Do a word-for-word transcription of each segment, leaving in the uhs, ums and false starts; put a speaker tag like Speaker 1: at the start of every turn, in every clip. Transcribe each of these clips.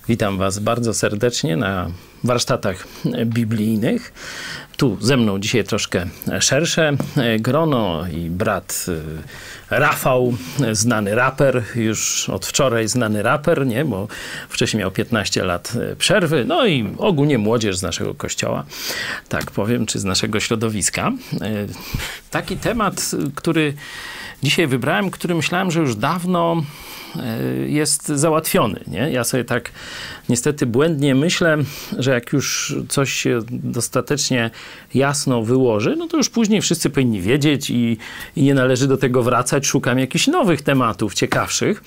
Speaker 1: Witam Was bardzo serdecznie na warsztatach biblijnych. Tu ze mną dzisiaj troszkę szersze grono i brat Rafał, znany raper, już od wczoraj znany raper, nie? Bo wcześniej miał piętnaście lat przerwy, no i ogólnie młodzież z naszego kościoła, tak powiem, czy z naszego środowiska. Taki temat, który dzisiaj wybrałem, który myślałem, że już dawno jest załatwiony, nie? Ja sobie tak niestety błędnie myślę, że jak już coś się dostatecznie jasno wyłoży, no to już później wszyscy powinni wiedzieć i, i nie należy do tego wracać. Szukam jakichś nowych tematów, ciekawszych,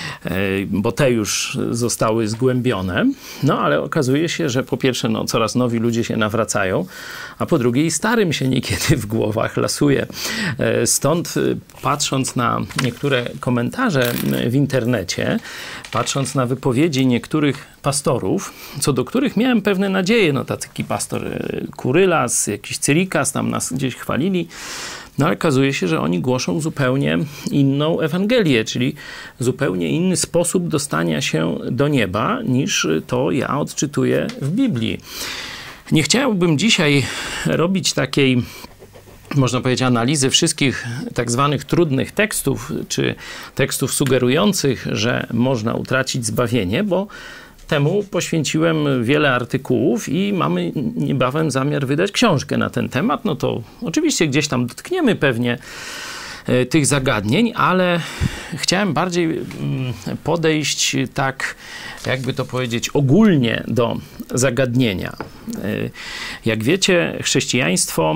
Speaker 1: bo te już zostały zgłębione. No ale okazuje się, że po pierwsze no, coraz nowi ludzie się nawracają, a po drugie i starym się niekiedy w głowach lasuje. Stąd patrząc na niektóre komentarze w internecie, patrząc na wypowiedzi niektórych pastorów, co do których miałem pewne nadzieje, no taki pastor Kurylas, jakiś Cyrikas tam nas gdzieś chwalili, no ale okazuje się, że oni głoszą zupełnie inną Ewangelię, czyli zupełnie inny sposób dostania się do nieba, niż to ja odczytuję w Biblii. Nie chciałbym dzisiaj robić takiej, można powiedzieć, analizy wszystkich tak zwanych trudnych tekstów, czy tekstów sugerujących, że można utracić zbawienie, bo temu poświęciłem wiele artykułów i mamy niebawem zamiar wydać książkę na ten temat. No to oczywiście gdzieś tam dotkniemy pewnie tych zagadnień, ale chciałem bardziej podejść tak, jakby to powiedzieć, ogólnie do zagadnienia. Jak wiecie, chrześcijaństwo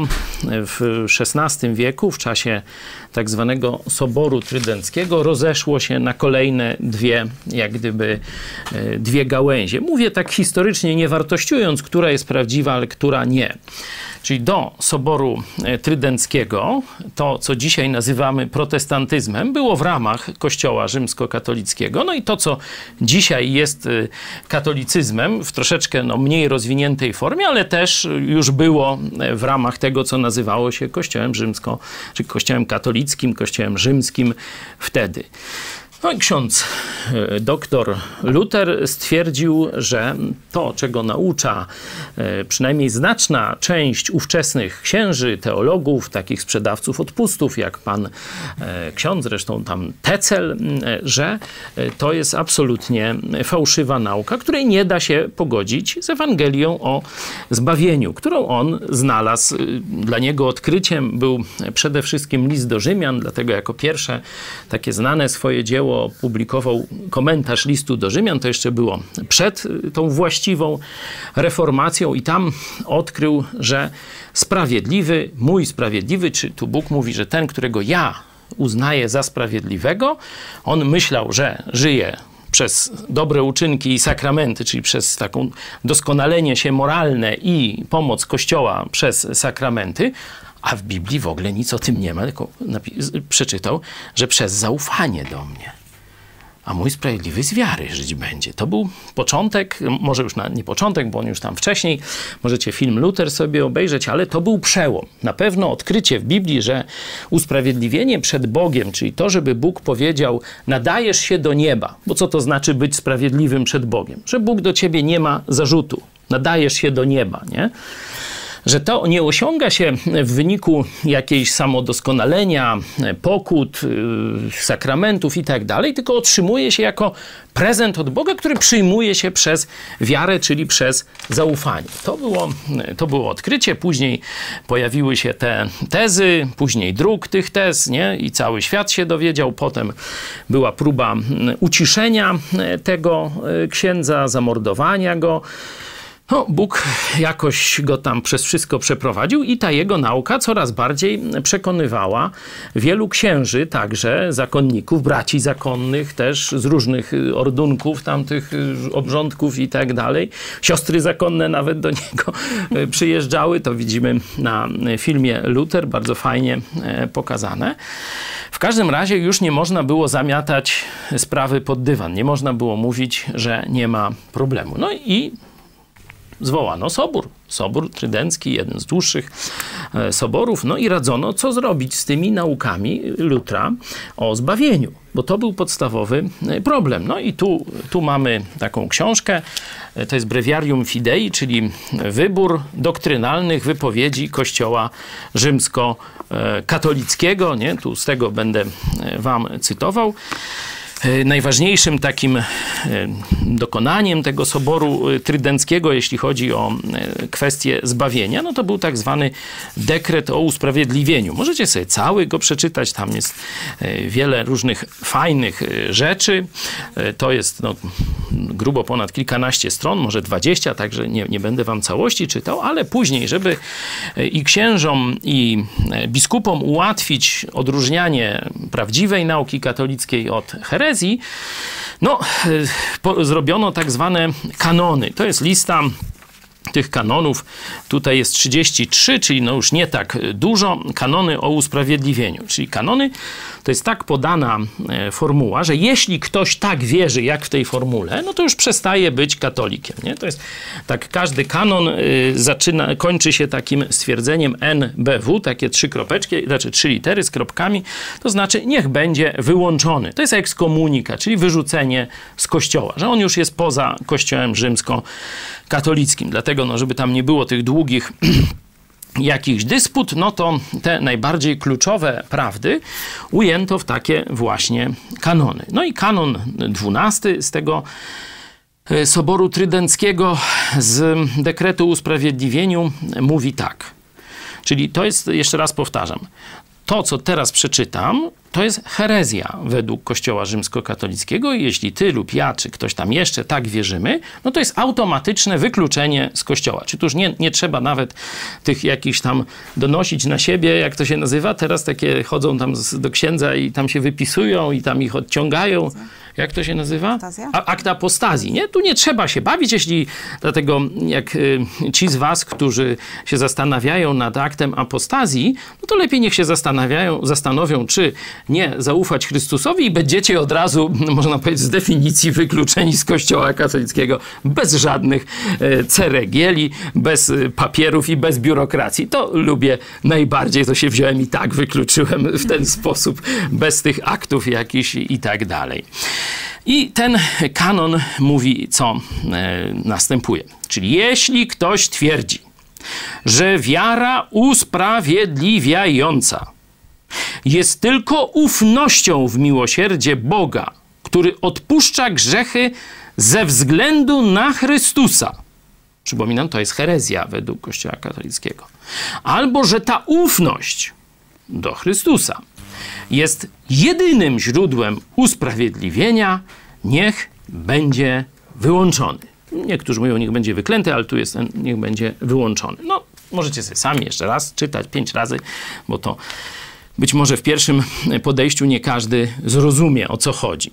Speaker 1: w szesnastym wieku, w czasie tak zwanego Soboru Trydenckiego, rozeszło się na kolejne dwie, jak gdyby, dwie gałęzie. Mówię tak historycznie, nie wartościując, która jest prawdziwa, ale która nie. Czyli do Soboru Trydenckiego, to co dzisiaj nazywamy protestantyzmem, było w ramach Kościoła rzymskokatolickiego. No i to, co dzisiaj jest katolicyzmem w troszeczkę no, mniej rozwiniętej formie, ale też już było w ramach tego, co nazywało się Kościołem rzymsko, czy Kościołem katolickim, Kościołem rzymskim wtedy. No i ksiądz doktor Luter stwierdził, że to, czego naucza przynajmniej znaczna część ówczesnych księży, teologów, takich sprzedawców odpustów, jak pan ksiądz, zresztą tam Tecel, że to jest absolutnie fałszywa nauka, której nie da się pogodzić z Ewangelią o zbawieniu, którą on znalazł. Dla niego odkryciem był przede wszystkim list do Rzymian, dlatego jako pierwsze takie znane swoje dzieło publikował komentarz listu do Rzymian, to jeszcze było przed tą właściwą reformacją i tam odkrył, że sprawiedliwy, mój sprawiedliwy, czy tu Bóg mówi, że ten, którego ja uznaję za sprawiedliwego, on myślał, że żyje przez dobre uczynki i sakramenty, czyli przez taką doskonalenie się moralne i pomoc Kościoła przez sakramenty, a w Biblii w ogóle nic o tym nie ma, tylko przeczytał, że przez zaufanie do mnie. A mój sprawiedliwy z wiary żyć będzie. To był początek, może już na, nie początek, bo on już tam wcześniej, możecie film Luter sobie obejrzeć, ale to był przełom. Na pewno odkrycie w Biblii, że usprawiedliwienie przed Bogiem, czyli to, żeby Bóg powiedział, nadajesz się do nieba, bo co to znaczy być sprawiedliwym przed Bogiem? Że Bóg do ciebie nie ma zarzutu, nadajesz się do nieba, nie? Że to nie osiąga się w wyniku jakiejś samodoskonalenia, pokut, sakramentów i tak dalej, tylko otrzymuje się jako prezent od Boga, który przyjmuje się przez wiarę, czyli przez zaufanie. To było, to było odkrycie. Później pojawiły się te tezy, później druk tych tez, nie? I cały świat się dowiedział. Potem była próba uciszenia tego księdza, zamordowania go. No, Bóg jakoś go tam przez wszystko przeprowadził i ta jego nauka coraz bardziej przekonywała wielu księży, także zakonników, braci zakonnych też z różnych ordunków, tamtych obrządków i tak dalej. Siostry zakonne nawet do niego przyjeżdżały, to widzimy na filmie Luter, bardzo fajnie pokazane. W każdym razie już nie można było zamiatać sprawy pod dywan, nie można było mówić, że nie ma problemu. No i zwołano sobór. Sobór trydencki, jeden z dłuższych soborów. No i radzono, co zrobić z tymi naukami Lutra o zbawieniu, bo to był podstawowy problem. No i tu, tu mamy taką książkę, to jest Breviarium Fidei, czyli wybór doktrynalnych wypowiedzi Kościoła rzymskokatolickiego. Nie? Tu z tego będę wam cytował. Najważniejszym takim dokonaniem tego Soboru Trydenckiego, jeśli chodzi o kwestię zbawienia, no to był tak zwany dekret o usprawiedliwieniu. Możecie sobie cały go przeczytać, tam jest wiele różnych fajnych rzeczy. To jest no, grubo ponad kilkanaście stron, może dwadzieścia, także nie, nie będę wam całości czytał, ale później, żeby i księżom, i biskupom ułatwić odróżnianie prawdziwej nauki katolickiej od herezji, no, po, zrobiono tak zwane kanony. To jest lista tych kanonów. Tutaj jest trzydzieści trzy, czyli no już nie tak dużo. Kanony o usprawiedliwieniu. Czyli kanony to jest tak podana formuła, że jeśli ktoś tak wierzy, jak w tej formule, no to już przestaje być katolikiem. Nie? To jest tak, każdy kanon zaczyna, kończy się takim stwierdzeniem N B W, takie trzy kropeczki, znaczy trzy litery z kropkami, to znaczy niech będzie wyłączony. To jest ekskomunika, czyli wyrzucenie z kościoła, że on już jest poza kościołem rzymskokatolickim. Dlatego, no, żeby tam nie było tych długich jakichś dysput, no to te najbardziej kluczowe prawdy ujęto w takie właśnie kanony. No i kanon dwunasty z tego Soboru Trydenckiego z dekretu o usprawiedliwieniu mówi tak. Czyli to jest, jeszcze raz powtarzam, to, co teraz przeczytam, to jest herezja według Kościoła rzymskokatolickiego i jeśli ty lub ja, czy ktoś tam jeszcze tak wierzymy, no to jest automatyczne wykluczenie z Kościoła. Czy tu już nie, nie trzeba nawet tych jakichś tam donosić na siebie, jak to się nazywa, teraz takie chodzą tam z, do księdza i tam się wypisują i tam ich odciągają. Jak to się nazywa? A, akt apostazji, nie? Tu nie trzeba się bawić, jeśli dlatego jak y, ci z was, którzy się zastanawiają nad aktem apostazji, no to lepiej niech się zastanawiają, zastanowią, czy nie zaufać Chrystusowi i będziecie od razu, można powiedzieć, z definicji wykluczeni z Kościoła katolickiego, bez żadnych y, ceregieli, bez y, papierów i bez biurokracji. To lubię najbardziej, to się wziąłem i tak wykluczyłem w ten sposób, bez tych aktów jakichś i tak dalej. I ten kanon mówi, co e, następuje. Czyli jeśli ktoś twierdzi, że wiara usprawiedliwiająca jest tylko ufnością w miłosierdzie Boga, który odpuszcza grzechy ze względu na Chrystusa. Przypominam, to jest herezja według Kościoła katolickiego. Albo, że ta ufność do Chrystusa jest jedynym źródłem usprawiedliwienia, niech będzie wyłączony. Niektórzy mówią, niech będzie wyklęty, ale tu jest ten, niech będzie wyłączony. No, możecie sobie sami jeszcze raz czytać, pięć razy, bo to być może w pierwszym podejściu nie każdy zrozumie, o co chodzi.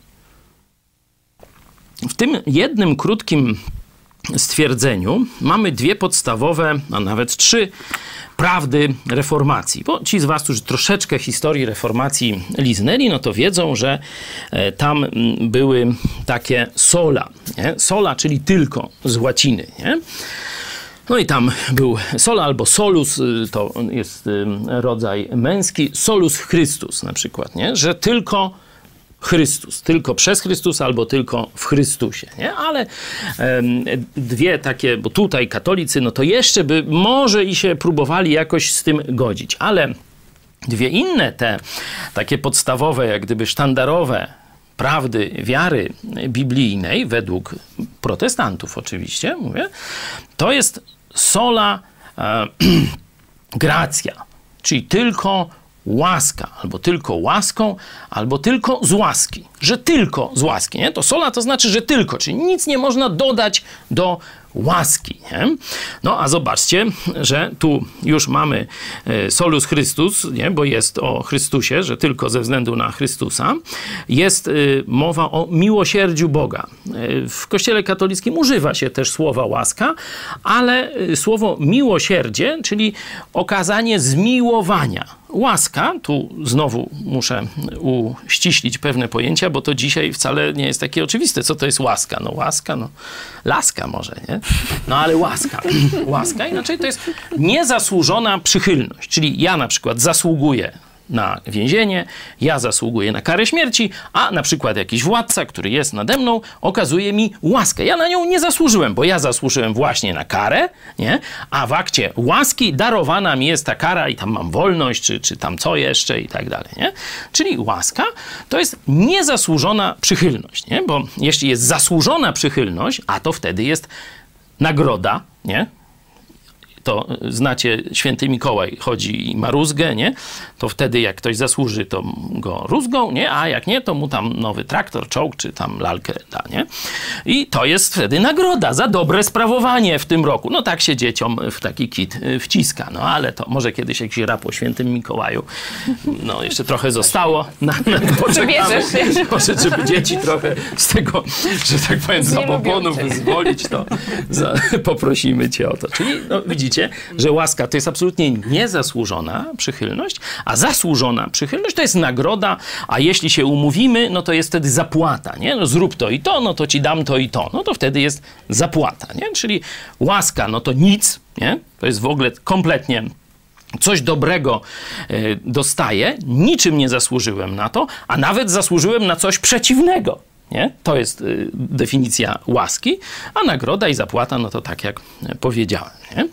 Speaker 1: W tym jednym krótkim stwierdzeniu mamy dwie podstawowe, a nawet trzy prawdy reformacji. Bo ci z was, którzy troszeczkę historii reformacji liznęli, no to wiedzą, że e, tam m, były takie sola. Nie? Sola, czyli tylko z łaciny. Nie? No i tam był sola albo solus, to jest y, rodzaj męski, solus Christus na przykład, nie? Że tylko Chrystus, tylko przez Chrystusa albo tylko w Chrystusie, nie? Ale e, dwie takie, bo tutaj katolicy, no to jeszcze by może i się próbowali jakoś z tym godzić, ale dwie inne te takie podstawowe, jak gdyby sztandarowe prawdy wiary biblijnej, według protestantów oczywiście, mówię, to jest sola e, gratia, czyli tylko łaska, albo tylko łaską, albo tylko z łaski. Że tylko z łaski, nie? To sola to znaczy, że tylko, czyli nic nie można dodać do łaski, nie? No, a zobaczcie, że tu już mamy solus Christus, nie? Bo jest o Chrystusie, że tylko ze względu na Chrystusa. Jest mowa o miłosierdziu Boga. W Kościele katolickim używa się też słowa łaska, ale słowo miłosierdzie, czyli okazanie zmiłowania, łaska, tu znowu muszę uściślić pewne pojęcia, bo to dzisiaj wcale nie jest takie oczywiste. Co to jest łaska? No łaska, no laska może, nie? No ale łaska. Łaska, inaczej to jest niezasłużona przychylność. Czyli ja na przykład zasługuję na więzienie, ja zasługuję na karę śmierci, a na przykład jakiś władca, który jest nade mną, okazuje mi łaskę. Ja na nią nie zasłużyłem, bo ja zasłużyłem właśnie na karę, nie? A w akcie łaski darowana mi jest ta kara i tam mam wolność, czy, czy tam co jeszcze i tak dalej, nie? Czyli łaska to jest niezasłużona przychylność, nie? Bo jeśli jest zasłużona przychylność, a to wtedy jest nagroda, nie? To znacie, święty Mikołaj chodzi i ma rózgę, nie? To wtedy jak ktoś zasłuży, to go rózgą, nie? A jak nie, to mu tam nowy traktor, czołg, czy tam lalkę da, nie? I to jest wtedy nagroda za dobre sprawowanie w tym roku. No tak się dzieciom w taki kit wciska, no ale to może kiedyś jakiś rap o świętym Mikołaju, no jeszcze trochę zostało. Na, na, poczekamy, może, żeby dzieci trochę z tego, że tak powiem, zabobonu wyzwolić, to za, poprosimy cię o to. Czyli, no widzicie, że łaska to jest absolutnie niezasłużona przychylność, a zasłużona przychylność to jest nagroda, a jeśli się umówimy, no to jest wtedy zapłata, nie? No zrób to i to, no to ci dam to i to, no to wtedy jest zapłata, nie? Czyli łaska, no to nic, nie? To jest w ogóle kompletnie coś dobrego y, dostaję, niczym nie zasłużyłem na to, a nawet zasłużyłem na coś przeciwnego. Nie? To jest y, definicja łaski, a nagroda i zapłata, no to tak jak powiedziałem. Nie?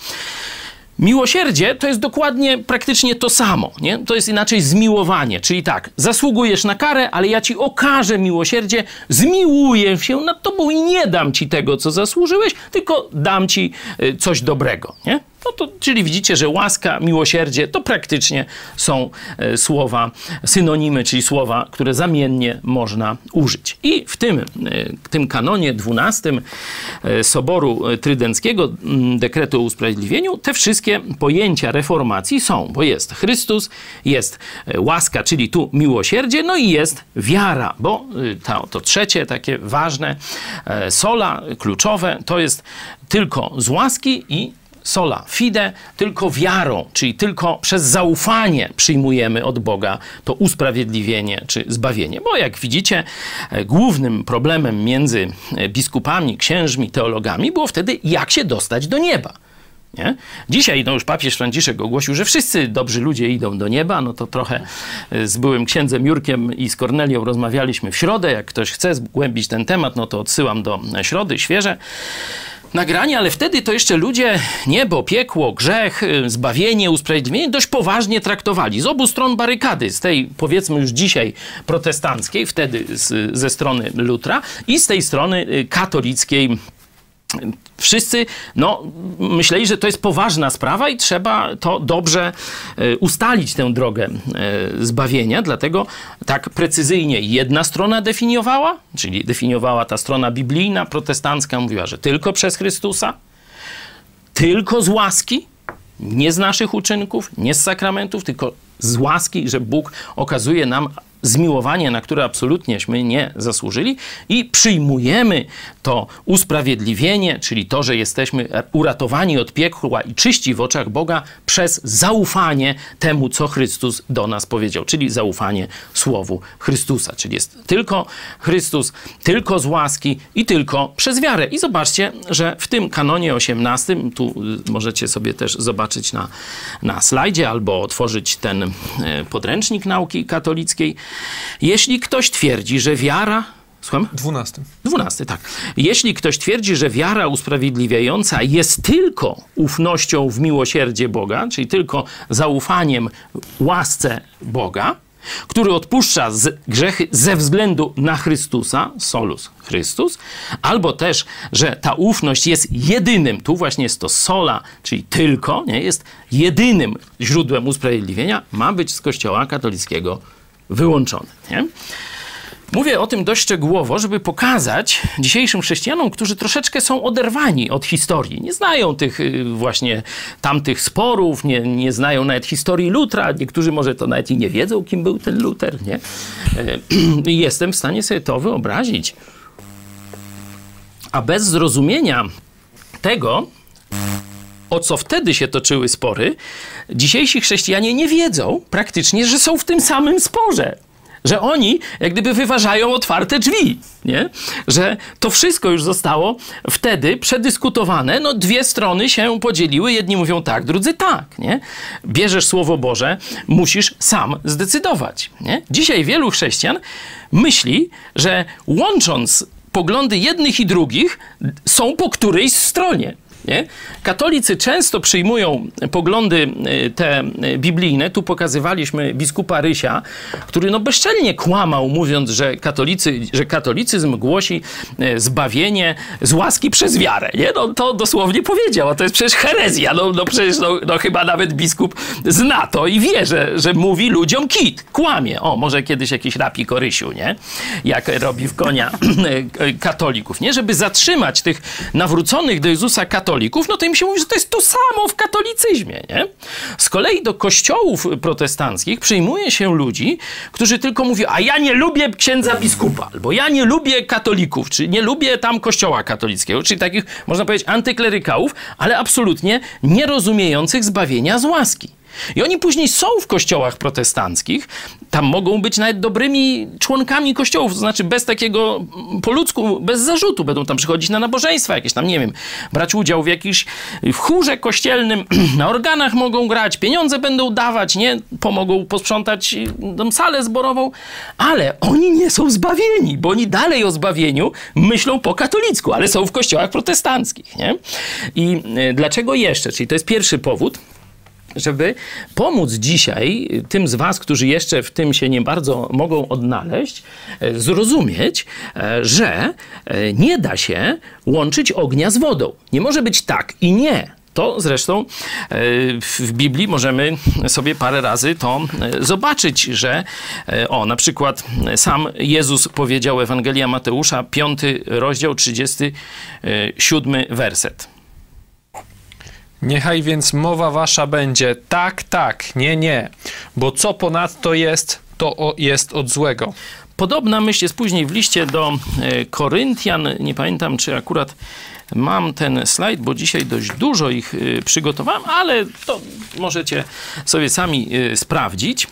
Speaker 1: Miłosierdzie to jest dokładnie praktycznie to samo. Nie? To jest inaczej zmiłowanie, czyli tak, zasługujesz na karę, ale ja ci okażę miłosierdzie, zmiłuję się nad tobą i nie dam ci tego, co zasłużyłeś, tylko dam ci y, coś dobrego. Nie? No to, czyli widzicie, że łaska, miłosierdzie to praktycznie są e, słowa, synonimy, czyli słowa, które zamiennie można użyć. I w tym, e, tym kanonie dwunastym e, Soboru Trydenckiego, m, dekretu o usprawiedliwieniu, te wszystkie pojęcia reformacji są, bo jest Chrystus, jest e, łaska, czyli tu miłosierdzie, no i jest wiara, bo e, to, to trzecie takie ważne, e, sola kluczowe, to jest tylko z łaski i sola fide, tylko wiarą, czyli tylko przez zaufanie przyjmujemy od Boga to usprawiedliwienie czy zbawienie. Bo jak widzicie, głównym problemem między biskupami, księżmi, teologami było wtedy, jak się dostać do nieba. Nie? Dzisiaj no już papież Franciszek ogłosił, że wszyscy dobrzy ludzie idą do nieba. No to trochę z byłym księdzem Jurkiem i z Kornelią rozmawialiśmy w środę. Jak ktoś chce zgłębić ten temat, no to odsyłam do środy, świeże nagranie, ale wtedy to jeszcze ludzie niebo, piekło, grzech, zbawienie, usprawiedliwienie dość poważnie traktowali. Z obu stron barykady, z tej powiedzmy już dzisiaj protestanckiej, wtedy z, ze strony Lutra i z tej strony katolickiej. Wszyscy no, myśleli, że to jest poważna sprawa i trzeba to dobrze e, ustalić, tę drogę e, zbawienia. Dlatego tak precyzyjnie jedna strona definiowała, czyli definiowała ta strona biblijna, protestancka, mówiła, że tylko przez Chrystusa, tylko z łaski, nie z naszych uczynków, nie z sakramentów, tylko z łaski, że Bóg okazuje nam zmiłowanie, na które absolutnieśmy nie zasłużyli i przyjmujemy to usprawiedliwienie, czyli to, że jesteśmy uratowani od piekła i czyści w oczach Boga przez zaufanie temu, co Chrystus do nas powiedział, czyli zaufanie Słowu Chrystusa, czyli jest tylko Chrystus, tylko z łaski i tylko przez wiarę. I zobaczcie, że w tym kanonie osiemnastym, tu możecie sobie też zobaczyć na, na slajdzie albo otworzyć ten podręcznik nauki katolickiej. Jeśli ktoś twierdzi, że wiara... Słucham?
Speaker 2: Dwunasty.
Speaker 1: Dwunasty, tak. Jeśli ktoś twierdzi, że wiara usprawiedliwiająca jest tylko ufnością w miłosierdzie Boga, czyli tylko zaufaniem łasce Boga, który odpuszcza z grzechy ze względu na Chrystusa, solus Chrystus, albo też, że ta ufność jest jedynym, tu właśnie jest to sola, czyli tylko, nie, jest jedynym źródłem usprawiedliwienia, ma być z Kościoła katolickiego wyłączony. Nie? Mówię o tym dość szczegółowo, żeby pokazać dzisiejszym chrześcijanom, którzy troszeczkę są oderwani od historii. Nie znają tych właśnie tamtych sporów, nie, nie znają nawet historii Lutra. Niektórzy może to nawet i nie wiedzą, kim był ten Luter. Nie? Jestem w stanie sobie to wyobrazić. A bez zrozumienia tego, o co wtedy się toczyły spory, dzisiejsi chrześcijanie nie wiedzą praktycznie, że są w tym samym sporze. Że oni jak gdyby wyważają otwarte drzwi, nie? Że to wszystko już zostało wtedy przedyskutowane. No dwie strony się podzieliły. Jedni mówią tak, drudzy tak, nie? Bierzesz Słowo Boże, musisz sam zdecydować, nie? Dzisiaj wielu chrześcijan myśli, że łącząc poglądy jednych i drugich są po którejś stronie. Nie? Katolicy często przyjmują poglądy te biblijne. Tu pokazywaliśmy biskupa Rysia, który no bezczelnie kłamał, mówiąc, że, katolicy, że katolicyzm głosi zbawienie z łaski przez wiarę. Nie? No, to dosłownie powiedział, a to jest przecież herezja. No, no przecież no, no, chyba nawet biskup zna to i wie, że, że mówi ludziom kit. Kłamie. O, może kiedyś jakiś rapik o Rysiu, nie? Jak robi w konia katolików. Nie? Żeby zatrzymać tych nawróconych do Jezusa katolików, no to im się mówi, że to jest to samo w katolicyzmie, nie? Z kolei do kościołów protestanckich przyjmuje się ludzi, którzy tylko mówią, a ja nie lubię księdza biskupa, albo ja nie lubię katolików, czy nie lubię tam kościoła katolickiego, czyli takich, można powiedzieć, antyklerykałów, ale absolutnie nie rozumiejących zbawienia z łaski. I oni później są w kościołach protestanckich, tam mogą być nawet dobrymi członkami kościołów, to znaczy bez takiego, po ludzku, bez zarzutu, będą tam przychodzić na nabożeństwa jakieś tam, nie wiem, brać udział w jakimś w chórze kościelnym, na organach mogą grać, pieniądze będą dawać, nie, pomogą posprzątać tą salę zborową, ale oni nie są zbawieni, bo oni dalej o zbawieniu myślą po katolicku, ale są w kościołach protestanckich, nie? I dlaczego jeszcze? Czyli to jest pierwszy powód, żeby pomóc dzisiaj tym z was, którzy jeszcze w tym się nie bardzo mogą odnaleźć, zrozumieć, że nie da się łączyć ognia z wodą. Nie może być tak i nie. To zresztą w Biblii możemy sobie parę razy to zobaczyć, że o, na przykład sam Jezus powiedział, Ewangelia Mateusza, piąty rozdział, trzydziesty siódmy werset.
Speaker 2: Niechaj więc mowa wasza będzie tak, tak, nie, nie, bo co ponadto jest, to jest od złego.
Speaker 1: Podobna myśl jest później w liście do Koryntian. Nie pamiętam, czy akurat mam ten slajd, bo dzisiaj dość dużo ich przygotowałem, ale to możecie sobie sami sprawdzić,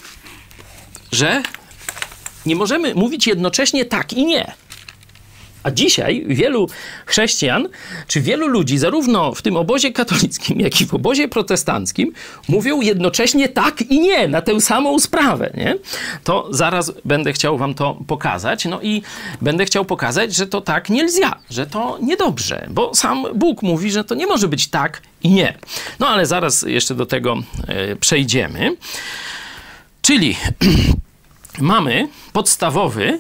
Speaker 1: że nie możemy mówić jednocześnie tak i nie. A dzisiaj wielu chrześcijan, czy wielu ludzi, zarówno w tym obozie katolickim, jak i w obozie protestanckim, mówią jednocześnie tak i nie na tę samą sprawę, nie? To zaraz będę chciał wam to pokazać. No i będę chciał pokazać, że to tak nie lzia, że to niedobrze, bo sam Bóg mówi, że to nie może być tak i nie. No ale zaraz jeszcze do tego e, przejdziemy. Czyli mamy podstawowy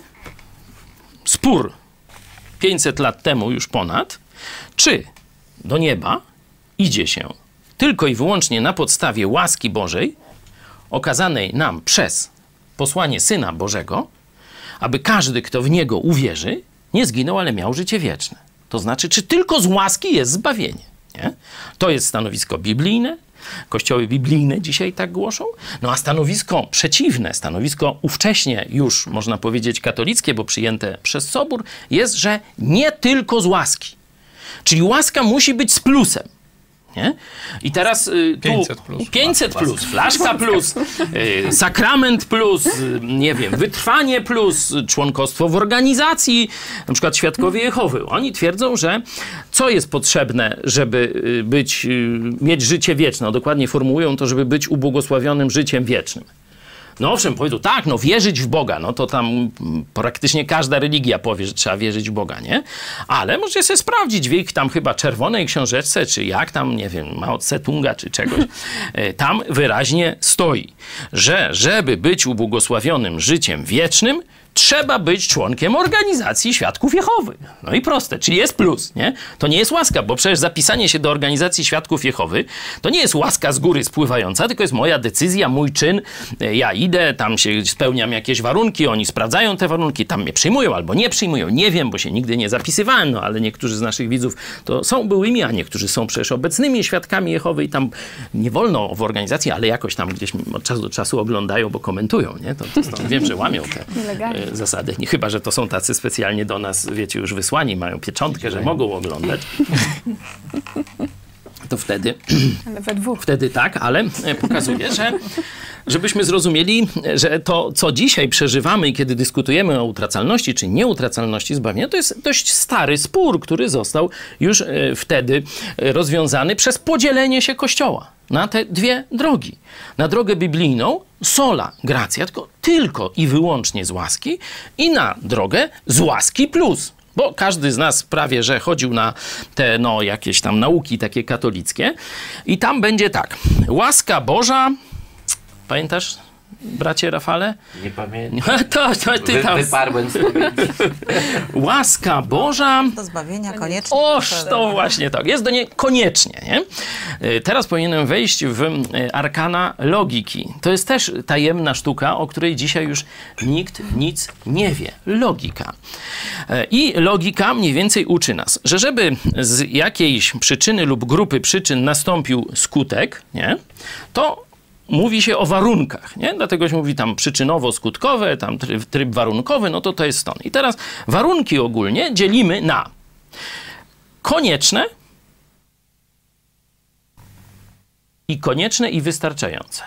Speaker 1: spór pięćset lat temu już ponad, czy do nieba idzie się tylko i wyłącznie na podstawie łaski Bożej okazanej nam przez posłanie Syna Bożego, aby każdy, kto w Niego uwierzy, nie zginął, ale miał życie wieczne. To znaczy, czy tylko z łaski jest zbawienie. Nie? To jest stanowisko biblijne. Kościoły biblijne dzisiaj tak głoszą. No a stanowisko przeciwne, stanowisko ówcześnie już, można powiedzieć, katolickie, bo przyjęte przez Sobór, jest, że nie tylko z łaski. Czyli łaska musi być z plusem. Nie? I teraz y, tu
Speaker 2: pięćset plus,
Speaker 1: pięćset plus, flaszka plus, y, sakrament plus, y, nie wiem, wytrwanie plus, członkostwo w organizacji, na przykład Świadkowie Jehowy. Oni twierdzą, że co jest potrzebne, żeby być, y, mieć życie wieczne, no, dokładnie formułują to, żeby być ubłogosławionym życiem wiecznym. No owszem, powiedzą, tak, no wierzyć w Boga, no to tam praktycznie każda religia powie, że trzeba wierzyć w Boga, nie? Ale możecie sobie sprawdzić w ich tam chyba czerwonej książeczce, czy jak tam, nie wiem, Mao Tse-tunga, czy czegoś. Tam wyraźnie stoi, że żeby być ubłogosławionym życiem wiecznym, trzeba być członkiem organizacji Świadków Jehowy. No i proste, czyli jest plus, nie? To nie jest łaska, bo przecież zapisanie się do organizacji Świadków Jehowy to nie jest łaska z góry spływająca, tylko jest moja decyzja, mój czyn. Ja idę, tam się spełniam jakieś warunki, oni sprawdzają te warunki, tam mnie przyjmują albo nie przyjmują. Nie wiem, bo się nigdy nie zapisywałem, no ale niektórzy z naszych widzów to są byłymi, a niektórzy są przecież obecnymi Świadkami Jehowy i tam nie wolno w organizacji, ale jakoś tam gdzieś od czasu do czasu oglądają, bo komentują, nie? To, to, to wiem, że łamią te zasady. Nie, chyba że to są tacy specjalnie do nas, wiecie, już wysłani, mają pieczątkę, że mogą oglądać. to wtedy...
Speaker 3: Ale we dwóch.
Speaker 1: Wtedy tak, ale pokazuje, że żebyśmy zrozumieli, że to, co dzisiaj przeżywamy, kiedy dyskutujemy o utracalności czy nieutracalności zbawienia, to jest dość stary spór, który został już wtedy rozwiązany przez podzielenie się Kościoła na te dwie drogi. Na drogę biblijną, sola gratia, tylko, tylko i wyłącznie z łaski, i na drogę z łaski plus. Bo każdy z nas prawie, że chodził na te, no, jakieś tam nauki takie katolickie i tam będzie tak. Łaska Boża, pamiętasz, bracie Rafale?
Speaker 4: Nie pamiętam.
Speaker 1: To, to ty
Speaker 4: Wy,
Speaker 1: tam...
Speaker 4: Wyparłem z pamięci.
Speaker 1: Łaska Boża...
Speaker 5: Do zbawienia koniecznie.
Speaker 1: Oż, to właśnie tak. Jest do niej koniecznie, nie? Teraz powinienem wejść w arkana logiki. To jest też tajemna sztuka, o której dzisiaj już nikt nic nie wie. Logika. I logika mniej więcej uczy nas, że żeby z jakiejś przyczyny lub grupy przyczyn nastąpił skutek, nie? To mówi się o warunkach, nie? Dlatego się mówi tam przyczynowo-skutkowe, tam tryb, tryb warunkowy, no to to jest stąd. I teraz warunki ogólnie dzielimy na konieczne i konieczne i wystarczające.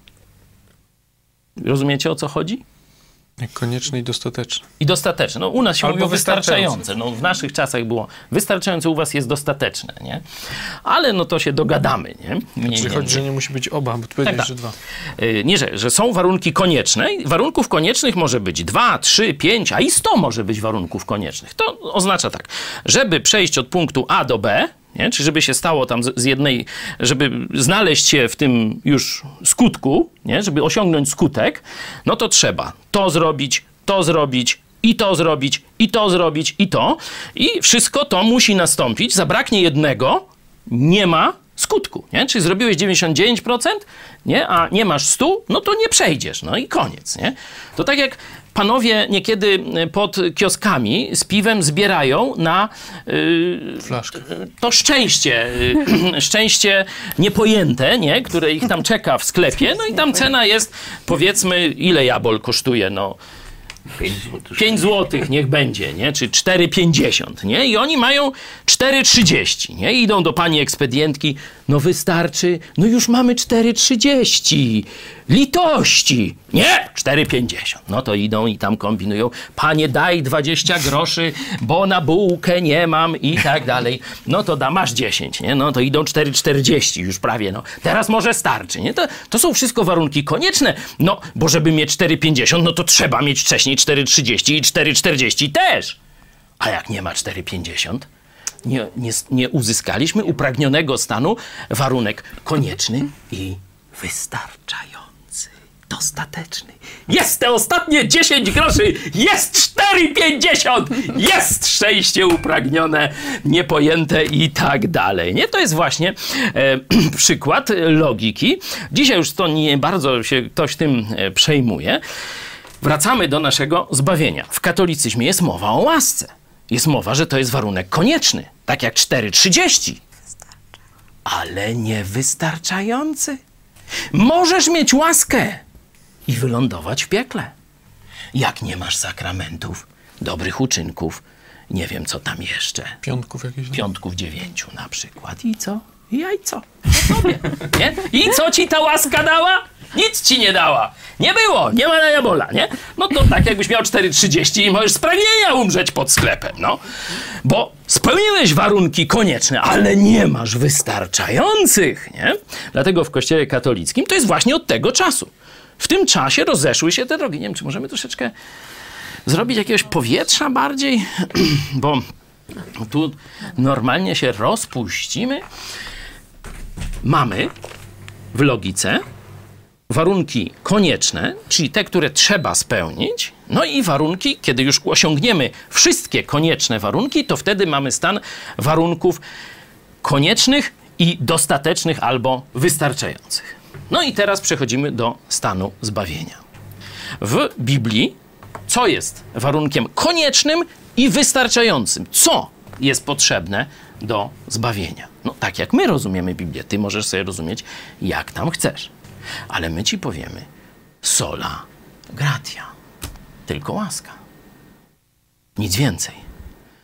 Speaker 1: Rozumiecie, o co chodzi?
Speaker 2: Konieczne i dostateczne.
Speaker 1: I dostateczne. No u nas się
Speaker 2: Albo
Speaker 1: mówi o
Speaker 2: wystarczające.
Speaker 1: wystarczające. No w naszych czasach było wystarczające, u was jest dostateczne, nie? Ale no to się dogadamy, nie? Mniej
Speaker 2: Czyli chodzi, że nie musi być oba, bo tu powiedziałeś,
Speaker 1: tak.
Speaker 2: że dwa.
Speaker 1: Yy, nie, że, że są warunki konieczne. Warunków koniecznych może być dwa, trzy, pięć, a i sto może być warunków koniecznych. To oznacza tak, żeby przejść od punktu A do B, nie? Czy żeby się stało tam z, z jednej, żeby znaleźć się w tym już skutku, nie? Żeby osiągnąć skutek, no to trzeba to zrobić, to zrobić, i to zrobić, i to zrobić, i to. I wszystko to musi nastąpić. Zabraknie jednego, nie ma skutku, nie? Czyli zrobiłeś dziewięćdziesiąt dziewięć procent, nie? A nie masz sto, no to nie przejdziesz, no i koniec, nie? To tak jak panowie niekiedy pod kioskami z piwem zbierają na yy,
Speaker 2: Flaszkę.
Speaker 1: to szczęście, yy, szczęście niepojęte, nie? Które ich tam czeka w sklepie, no i tam cena jest, powiedzmy, ile jabol kosztuje, no pięć złotych niech będzie, nie? Czy cztery pięćdziesiąt, nie? I oni mają cztery trzydzieści, nie? I idą do pani ekspedientki, no wystarczy, no już mamy cztery trzydzieści, litości, nie? cztery pięćdziesiąt. No to idą i tam kombinują, panie daj dwadzieścia groszy, bo na bułkę nie mam i tak dalej. No to da, masz dziesięć, nie? No to idą cztery czterdzieści już prawie, no. Teraz może starczy, nie? To, to są wszystko warunki konieczne, no, bo żeby mieć cztery pięćdziesiąt, no to trzeba mieć wcześniej cztery trzydzieści i cztery czterdzieści też. A jak nie ma cztery pięćdziesiąt, nie, nie, nie uzyskaliśmy upragnionego stanu, warunek konieczny i wystarczający, dostateczny. Jest te ostatnie dziesięć groszy, jest cztery pięćdziesiąt, jest szczęście upragnione, niepojęte i tak dalej. Nie? To jest właśnie e, przykład logiki. Dzisiaj już to nie bardzo się ktoś tym e, przejmuje. Wracamy do naszego zbawienia. W katolicyzmie jest mowa o łasce. Jest mowa, że to jest warunek konieczny. Tak jak cztery trzydzieści. Ale nie wystarczający. Możesz mieć łaskę i wylądować w piekle. Jak nie masz sakramentów, dobrych uczynków, nie wiem co tam jeszcze.
Speaker 2: Piątków jakichś?
Speaker 1: Piątków dziewięciu na przykład. I co? I jajco. Po tobie. Nie? I co ci ta łaska dała? Nic ci nie dała. Nie było. Nie ma na jabola, nie? No to tak jakbyś miał cztery trzydzieści i możesz z pragnienia umrzeć pod sklepem, no. Bo spełniłeś warunki konieczne, ale nie masz wystarczających, nie? Dlatego w Kościele katolickim to jest właśnie od tego czasu. W tym czasie rozeszły się te drogi. Nie wiem, czy możemy troszeczkę zrobić jakiegoś powietrza bardziej, bo tu normalnie się rozpuścimy. Mamy w logice warunki konieczne, czyli te, które trzeba spełnić, no i warunki, kiedy już osiągniemy wszystkie konieczne warunki, to wtedy mamy stan warunków koniecznych i dostatecznych albo wystarczających. No i teraz przechodzimy do stanu zbawienia. W Biblii co jest warunkiem koniecznym i wystarczającym? Co jest potrzebne do zbawienia? No tak jak my rozumiemy Biblię, ty możesz sobie rozumieć jak tam chcesz. Ale my ci powiemy sola gratia. Tylko łaska. Nic więcej.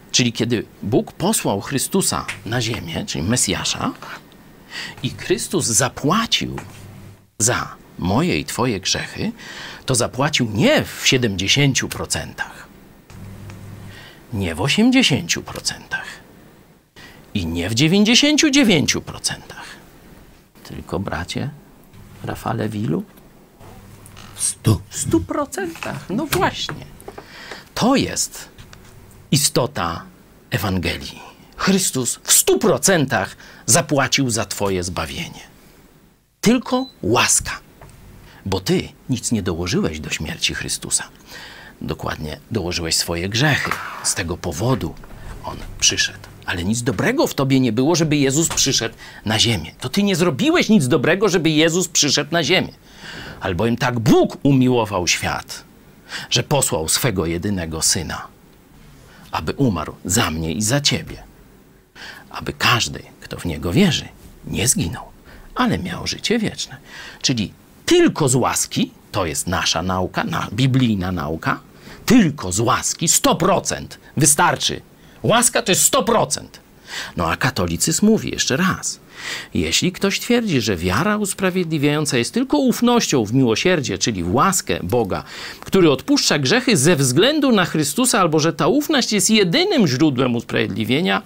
Speaker 1: Czyli kiedy Bóg posłał Chrystusa na ziemię, czyli Mesjasza, i Chrystus zapłacił za moje i twoje grzechy, to zapłacił nie w siedemdziesięciu procentach, nie w osiemdziesięciu procentach i nie w dziewięćdziesięciu dziewięciu procentach, tylko, bracie Rafale Wilu, w stu, w stu procentach. No właśnie. To jest istota Ewangelii. Chrystus w stu procentach zapłacił za twoje zbawienie. Tylko łaska. Bo ty nic nie dołożyłeś do śmierci Chrystusa. Dokładnie dołożyłeś swoje grzechy. Z tego powodu On przyszedł. Ale nic dobrego w tobie nie było, żeby Jezus przyszedł na ziemię. To ty nie zrobiłeś nic dobrego, żeby Jezus przyszedł na ziemię. Albowiem tak Bóg umiłował świat, że posłał swego jedynego Syna, aby umarł za mnie i za ciebie. Aby każdy, kto w Niego wierzy, nie zginął, ale miał życie wieczne. Czyli tylko z łaski, to jest nasza nauka, na, biblijna nauka, tylko z łaski, sto procent wystarczy. Łaska to jest sto procent. No a katolicyzm mówi jeszcze raz, jeśli ktoś twierdzi, że wiara usprawiedliwiająca jest tylko ufnością w miłosierdzie, czyli w łaskę Boga, który odpuszcza grzechy ze względu na Chrystusa, albo że ta ufność jest jedynym źródłem usprawiedliwienia,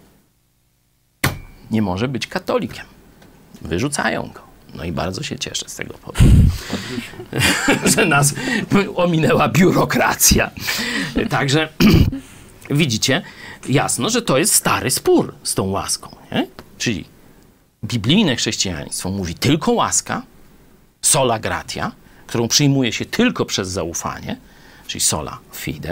Speaker 1: nie może być katolikiem. Wyrzucają go. No i bardzo się cieszę z tego powodu, że nas ominęła biurokracja. Także widzicie jasno, że to jest stary spór z tą łaską. Nie? Czyli biblijne chrześcijaństwo mówi tylko łaska, sola gratia, którą przyjmuje się tylko przez zaufanie, czyli sola fide,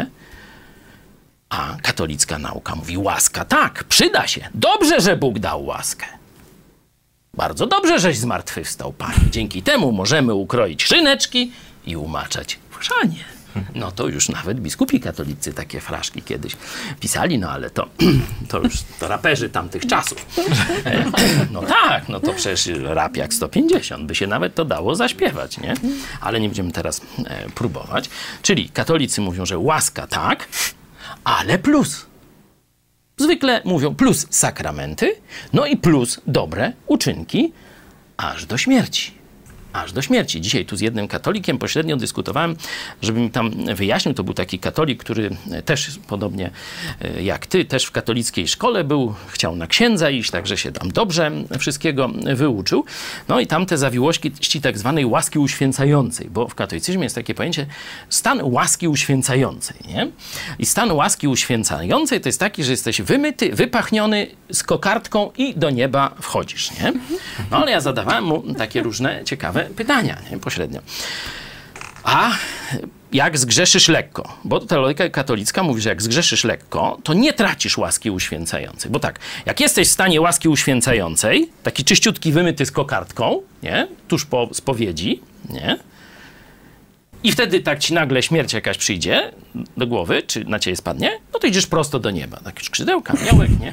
Speaker 1: a katolicka nauka mówi łaska tak, przyda się. Dobrze, że Bóg dał łaskę. Bardzo dobrze, żeś zmartwychwstał, Panie. Dzięki temu możemy ukroić szyneczki i umaczać w chrzanie. No to już nawet biskupi katolicy takie fraszki kiedyś pisali, no ale to, to już to raperzy tamtych czasów. No tak, no to przecież rap jak sto pięćdziesiąt, by się nawet to dało zaśpiewać, nie? Ale nie będziemy teraz e, próbować. Czyli katolicy mówią, że łaska tak, ale plus. Zwykle mówią plus sakramenty, no i plus dobre uczynki, aż do śmierci. Aż do śmierci. Dzisiaj tu z jednym katolikiem pośrednio dyskutowałem, żeby mi tam wyjaśnił. To był taki katolik, który też podobnie jak ty, też w katolickiej szkole był, chciał na księdza iść, także się tam dobrze wszystkiego wyuczył. No i tam te zawiłości tak zwanej łaski uświęcającej, bo w katolicyzmie jest takie pojęcie stan łaski uświęcającej, nie? I stan łaski uświęcającej to jest taki, że jesteś wymyty, wypachniony z kokardką i do nieba wchodzisz, nie? No ale ja zadawałem mu takie różne ciekawe pytania, nie? Pośrednio. A jak zgrzeszysz lekko? Bo teologia katolicka mówi, że jak zgrzeszysz lekko, to nie tracisz łaski uświęcającej. Bo tak, jak jesteś w stanie łaski uświęcającej, taki czyściutki wymyty z kokardką, nie? Tuż po spowiedzi, nie? I wtedy tak ci nagle śmierć jakaś przyjdzie do głowy, czy na ciebie spadnie, no to idziesz prosto do nieba. Takie skrzydełka, aniołek, nie?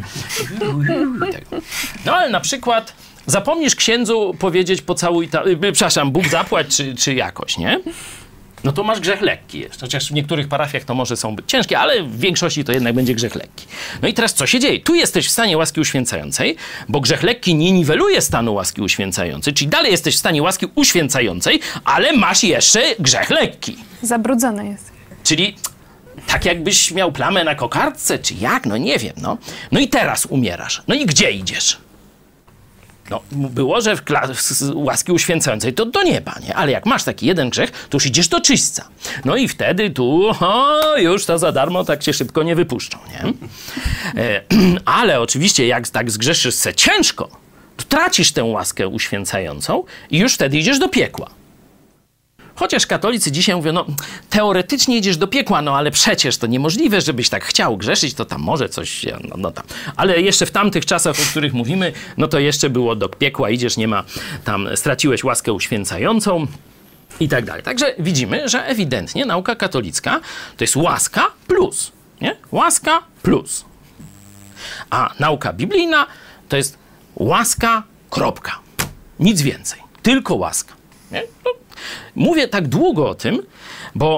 Speaker 1: No ale na przykład zapomnisz księdzu powiedzieć pocałuj, ta, yy, przepraszam, Bóg zapłać, czy, czy jakoś, nie? No to masz grzech lekki jeszcze. Chociaż w niektórych parafiach to może są być ciężkie, ale w większości to jednak będzie grzech lekki. No i teraz co się dzieje? Tu jesteś w stanie łaski uświęcającej, bo grzech lekki nie niweluje stanu łaski uświęcającej, czyli dalej jesteś w stanie łaski uświęcającej, ale masz jeszcze grzech lekki.
Speaker 3: Zabrudzony jest.
Speaker 1: Czyli tak jakbyś miał plamę na kokardce, czy jak? No nie wiem, no. No i teraz umierasz. No i gdzie idziesz? No, było, że w kla- z łaski uświęcającej to do nieba, nie? Ale jak masz taki jeden grzech, to już idziesz do czyśćca. No i wtedy tu, o, już to za darmo tak cię szybko nie wypuszczą, nie? E, ale oczywiście jak tak zgrzeszysz se ciężko, to tracisz tę łaskę uświęcającą i już wtedy idziesz do piekła. Chociaż katolicy dzisiaj mówią, no teoretycznie idziesz do piekła, no ale przecież to niemożliwe, żebyś tak chciał grzeszyć, to tam może coś, no, no tam. Ale jeszcze w tamtych czasach, o których mówimy, no to jeszcze było do piekła, idziesz, nie ma, tam straciłeś łaskę uświęcającą i tak dalej. Także widzimy, że ewidentnie nauka katolicka to jest łaska plus, nie? Łaska plus. A nauka biblijna to jest łaska, kropka. Nic więcej. Tylko łaska. Nie? No, mówię tak długo o tym, bo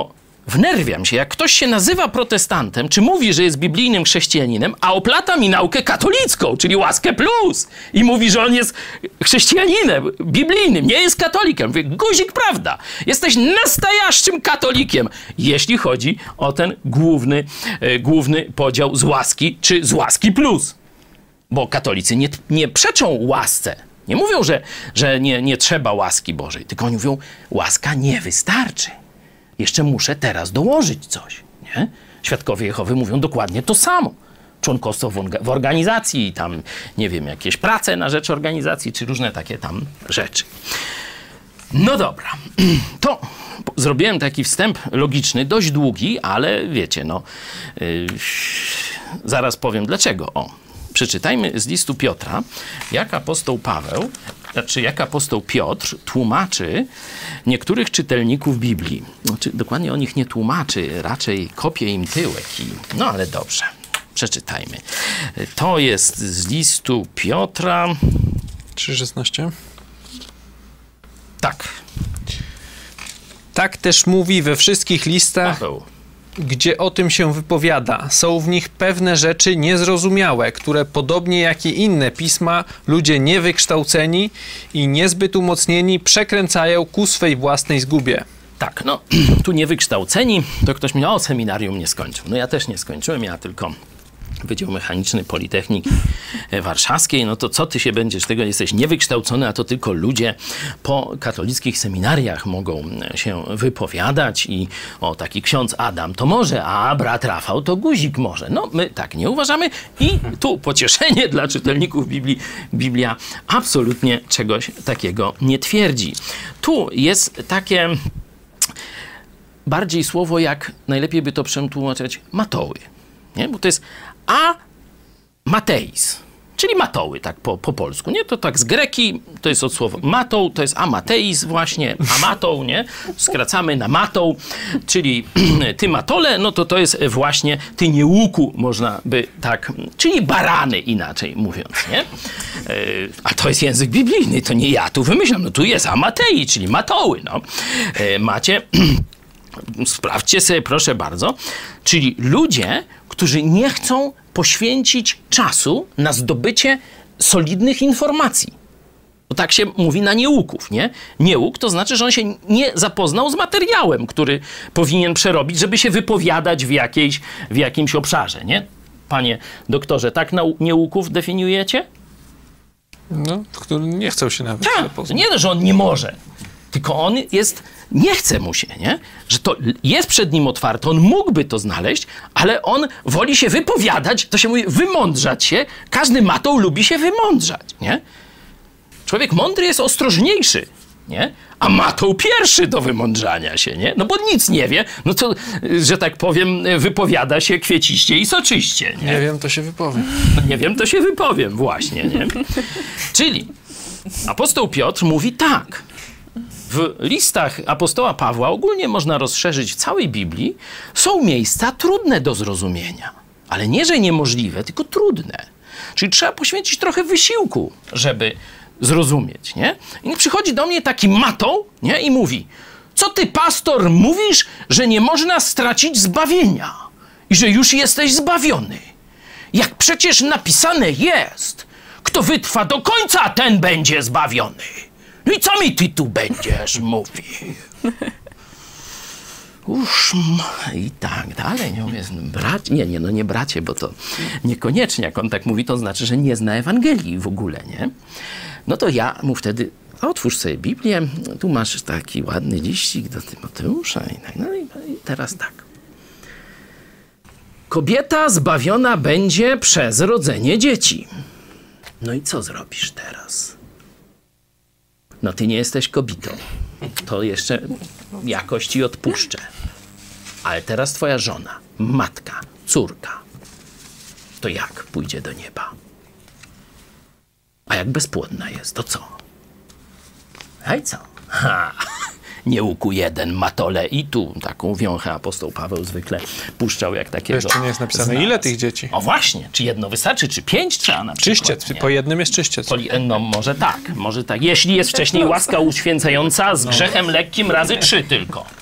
Speaker 1: wnerwiam się, jak ktoś się nazywa protestantem, czy mówi, że jest biblijnym chrześcijaninem, a oplata mi naukę katolicką, czyli łaskę plus. I mówi, że on jest chrześcijaninem biblijnym, nie jest katolikiem. Mówię, guzik, prawda? Jesteś nastajaszczym katolikiem, jeśli chodzi o ten główny, e, główny podział z łaski, czy z łaski plus. Bo katolicy nie, nie przeczą łasce. Nie mówią, że, że nie, nie trzeba łaski Bożej, tylko oni mówią, łaska nie wystarczy. Jeszcze muszę teraz dołożyć coś, nie? Świadkowie Jehowy mówią dokładnie to samo. Członkostwo w, w organizacji, tam, nie wiem, jakieś prace na rzecz organizacji, czy różne takie tam rzeczy. No dobra, to zrobiłem taki wstęp logiczny, dość długi, ale wiecie, no, yy, zaraz powiem dlaczego. O, przeczytajmy z listu Piotra, jak apostoł Paweł, znaczy jak apostoł Piotr tłumaczy niektórych czytelników Biblii. Znaczy, dokładnie o nich nie tłumaczy, raczej kopie im tyłek. I, no ale dobrze, przeczytajmy. To jest z listu Piotra.
Speaker 2: trzy szesnaście.
Speaker 1: Tak.
Speaker 2: Tak też mówi we wszystkich listach,
Speaker 1: Paweł.
Speaker 2: gdzie o tym się wypowiada. Są w nich pewne rzeczy niezrozumiałe, które podobnie jak i inne pisma, ludzie niewykształceni i niezbyt umocnieni przekręcają ku swej własnej zgubie.
Speaker 1: Tak, no tu niewykształceni, to ktoś mi, o, seminarium nie skończył. No ja też nie skończyłem, ja tylko Wydział Mechaniczny Politechniki Warszawskiej. No to co ty się będziesz tego, jesteś niewykształcony, a to tylko ludzie po katolickich seminariach mogą się wypowiadać i o, taki ksiądz Adam to może, a brat Rafał to guzik może. No my tak nie uważamy i tu pocieszenie dla czytelników Biblii. Biblia absolutnie czegoś takiego nie twierdzi. Tu jest takie bardziej słowo, jak najlepiej by to przetłumaczyć, matoły. Nie? Bo to jest a mateis, czyli matoły, tak po, po polsku, nie? To tak z greki, to jest od słowa matą, to jest amateis właśnie, amatą, nie? Skracamy na matą, czyli ty matole, no to to jest właśnie ty niełuku, można by tak, czyli barany inaczej mówiąc, nie? Yy, a to jest język biblijny, to nie ja tu wymyślam, no tu jest amatei, czyli matoły, no. Yy, macie... Sprawdźcie sobie, proszę bardzo. Czyli ludzie, którzy nie chcą poświęcić czasu na zdobycie solidnych informacji. Bo tak się mówi na nieuków, nie? Nieuk to znaczy, że on się nie zapoznał z materiałem, który powinien przerobić, żeby się wypowiadać w, jakiejś, w jakimś obszarze, nie? Panie doktorze, tak na nieuków definiujecie?
Speaker 2: No, który nie chcą się nawet
Speaker 1: Tak,
Speaker 2: zapoznać.
Speaker 1: nie, że on nie może, tylko on jest... Nie chce mu się, nie? Że to jest przed nim otwarte, on mógłby to znaleźć, ale on woli się wypowiadać, to się mówi, wymądrzać się. Każdy matą lubi się wymądrzać, nie? Człowiek mądry jest ostrożniejszy, nie? A matą pierwszy do wymądrzania się, nie? No bo nic nie wie, no to, że tak powiem, wypowiada się kwieciście i soczyście, nie?
Speaker 2: Nie wiem, to się wypowiem.
Speaker 1: No nie wiem, to się wypowiem właśnie, nie? Czyli apostoł Piotr mówi tak. W listach apostoła Pawła ogólnie można rozszerzyć w całej Biblii. Są miejsca trudne do zrozumienia. Ale nie, że niemożliwe, tylko trudne. Czyli trzeba poświęcić trochę wysiłku, żeby zrozumieć, nie? I przychodzi do mnie taki matą, nie? I mówi, co ty, pastor, mówisz, że nie można stracić zbawienia i że już jesteś zbawiony. Jak przecież napisane jest, kto wytrwa do końca, ten będzie zbawiony. No i co mi ty tu będziesz mówił? Uż, i tak dalej. Nie mówię, bracie, nie, nie, no nie bracie, bo to niekoniecznie, jak on tak mówi, to znaczy, że nie zna Ewangelii w ogóle, nie? No to ja mu wtedy, otwórz sobie Biblię, tu masz taki ładny liścik do Tymoteusza i tak dalej. I teraz tak. Kobieta zbawiona będzie przez rodzenie dzieci. No i co zrobisz teraz? No ty nie jesteś kobietą. To jeszcze jakoś ci odpuszczę. Ale teraz twoja żona, matka, córka, to jak pójdzie do nieba? A jak bezpłodna jest, to co? A i co? Ha! Nieuku jeden, matole i tu taką wiąchę apostoł Paweł zwykle puszczał jak takiego.
Speaker 2: Jeszcze nie jest napisane,
Speaker 1: znalazł.
Speaker 2: Ile tych dzieci?
Speaker 1: O właśnie, czy jedno wystarczy, czy pięć trzeba na przykład?
Speaker 2: Czyściec,
Speaker 1: nie?
Speaker 2: po jednym jest czyściec.
Speaker 1: Poli, no może tak, może tak. Jeśli jest wcześniej łaska uświęcająca z grzechem lekkim razy trzy tylko.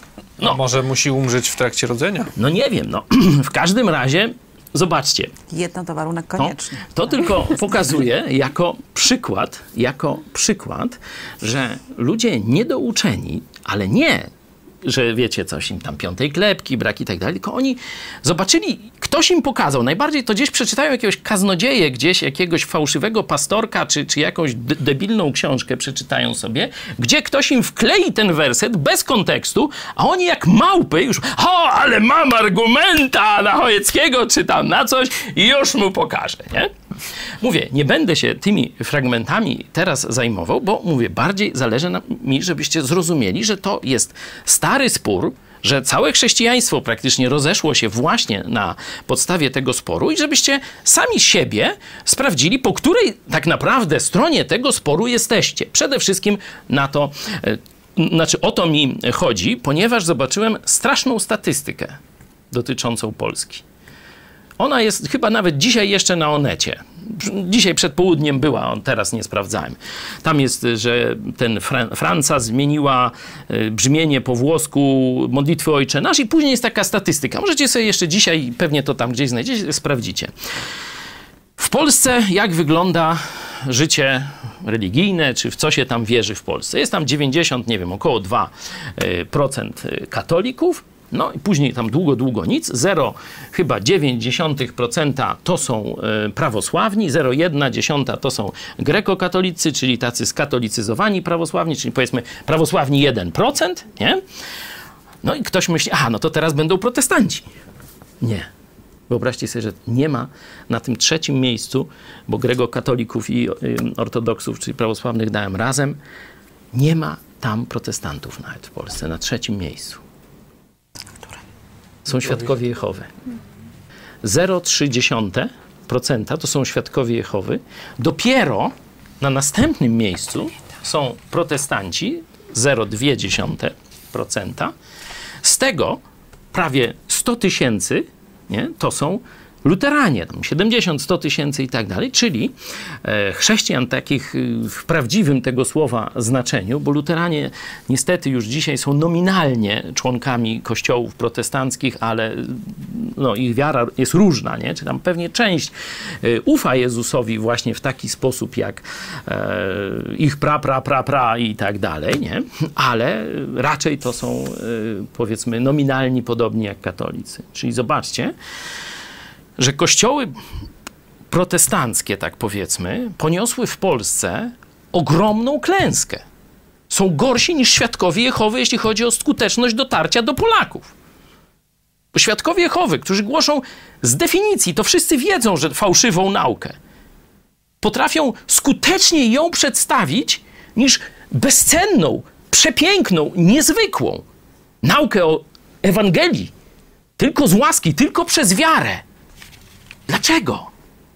Speaker 1: No.
Speaker 2: Może musi umrzeć w trakcie rodzenia?
Speaker 1: No nie wiem, no. W każdym razie, zobaczcie.
Speaker 3: Jedno to warunek
Speaker 1: To,
Speaker 3: konieczny.
Speaker 1: to tylko pokazuje jako przykład, jako przykład, że ludzie niedouczeni, ale nie, że wiecie coś, im tam piątej klepki, brak i tak dalej, tylko oni zobaczyli, ktoś im pokazał, najbardziej to gdzieś przeczytają jakiegoś kaznodzieję, gdzieś jakiegoś fałszywego pastorka, czy, czy jakąś de- debilną książkę przeczytają sobie, gdzie ktoś im wklei ten werset bez kontekstu, a oni jak małpy już, o, ale mam argumenta na Chojeckiego, czy tam na coś i już mu pokażę, nie? Mówię, nie będę się tymi fragmentami teraz zajmował, bo mówię, bardziej zależy na mi, żebyście zrozumieli, że to jest stary spór, że całe chrześcijaństwo praktycznie rozeszło się właśnie na podstawie tego sporu i żebyście sami siebie sprawdzili, po której tak naprawdę stronie tego sporu jesteście. Przede wszystkim na to, znaczy o to mi chodzi, ponieważ zobaczyłem straszną statystykę dotyczącą Polski. Ona jest chyba nawet dzisiaj jeszcze na Onecie. Dzisiaj przed południem była, on teraz nie sprawdzałem. Tam jest, że ten Fran- Franca zmieniła y, brzmienie po włosku modlitwy Ojcze Nasz i później jest taka statystyka. Możecie sobie jeszcze dzisiaj, pewnie to tam gdzieś znajdziecie, sprawdzicie. W Polsce jak wygląda życie religijne, czy w co się tam wierzy w Polsce? Jest tam dziewięćdziesiąt, nie wiem, około dwa procent katolików. No i później tam długo, długo nic. zero chyba dziewięć procent to są y, prawosławni, zero przecinek jeden to są grekokatolicy, czyli tacy skatolicyzowani prawosławni, czyli powiedzmy prawosławni jeden procent, nie? No i ktoś myśli, aha, no to teraz będą protestanci. Nie. Wyobraźcie sobie, że nie ma na tym trzecim miejscu, bo grekokatolików i y, ortodoksów, czyli prawosławnych dałem razem, nie ma tam protestantów nawet w Polsce, na trzecim miejscu. Są świadkowie Jehowy. zero przecinek trzy procent to są świadkowie Jehowy. Dopiero na następnym miejscu są protestanci, zero przecinek dwa procent. Z tego prawie sto tysięcy nie, to są luteranie, tam siedemdziesiąt sto tysięcy i tak dalej, czyli e, chrześcijan takich e, w prawdziwym tego słowa znaczeniu, bo luteranie niestety już dzisiaj są nominalnie członkami kościołów protestanckich, ale no, ich wiara jest różna, nie? Czy tam pewnie część e, ufa Jezusowi właśnie w taki sposób jak e, ich pra, pra, pra, pra i tak dalej, nie? Ale raczej to są e, powiedzmy nominalni podobni jak katolicy. Czyli zobaczcie, że kościoły protestanckie, tak powiedzmy, poniosły w Polsce ogromną klęskę. Są gorsi niż świadkowie Jehowy, jeśli chodzi o skuteczność dotarcia do Polaków. Bo świadkowie Jehowy, którzy głoszą z definicji, to wszyscy wiedzą, że fałszywą naukę, potrafią skuteczniej ją przedstawić niż bezcenną, przepiękną, niezwykłą naukę o Ewangelii. Tylko z łaski, tylko przez wiarę. Dlaczego?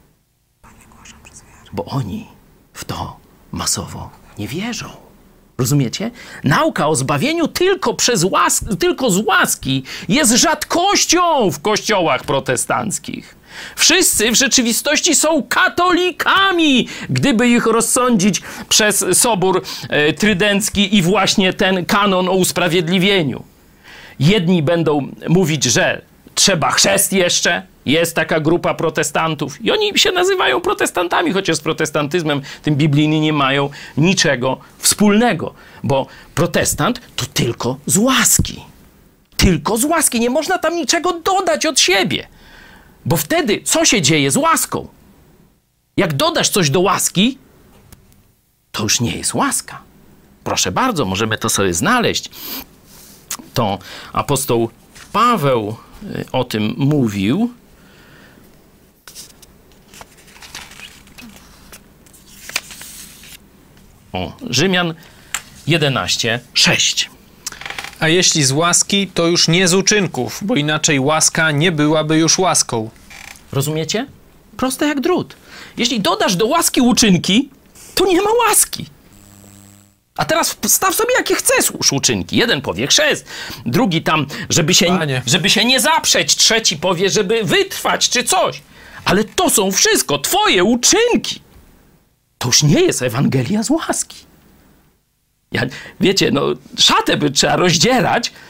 Speaker 1: Bo oni w to masowo nie wierzą. Rozumiecie? Nauka o zbawieniu tylko przez łas- tylko z łaski jest rzadkością w kościołach protestanckich. Wszyscy w rzeczywistości są katolikami, gdyby ich rozsądzić przez Sobór e, Trydencki i właśnie ten kanon o usprawiedliwieniu. Jedni będą mówić, że trzeba chrzest jeszcze. Jest taka grupa protestantów i oni się nazywają protestantami, chociaż z protestantyzmem tym biblijnym nie mają niczego wspólnego, bo protestant to tylko z łaski. Tylko z łaski. Nie można tam niczego dodać od siebie, bo wtedy co się dzieje z łaską? Jak dodasz coś do łaski, to już nie jest łaska. Proszę bardzo, możemy to sobie znaleźć. To apostoł Paweł o tym mówił. O, Rzymian jedenaście, sześć.
Speaker 2: A jeśli z łaski, to już nie z uczynków, bo inaczej łaska nie byłaby już łaską.
Speaker 1: Rozumiecie? Proste jak drut. Jeśli dodasz do łaski uczynki, to nie ma łaski. A teraz staw sobie jakie chcesz uczynki. Jeden powie chrzest, drugi tam, żeby się, żeby się nie zaprzeć, trzeci powie, żeby wytrwać czy coś. Ale to są wszystko twoje uczynki. To już nie jest Ewangelia z łaski. Ja, wiecie, no szatę by trzeba rozdzierać,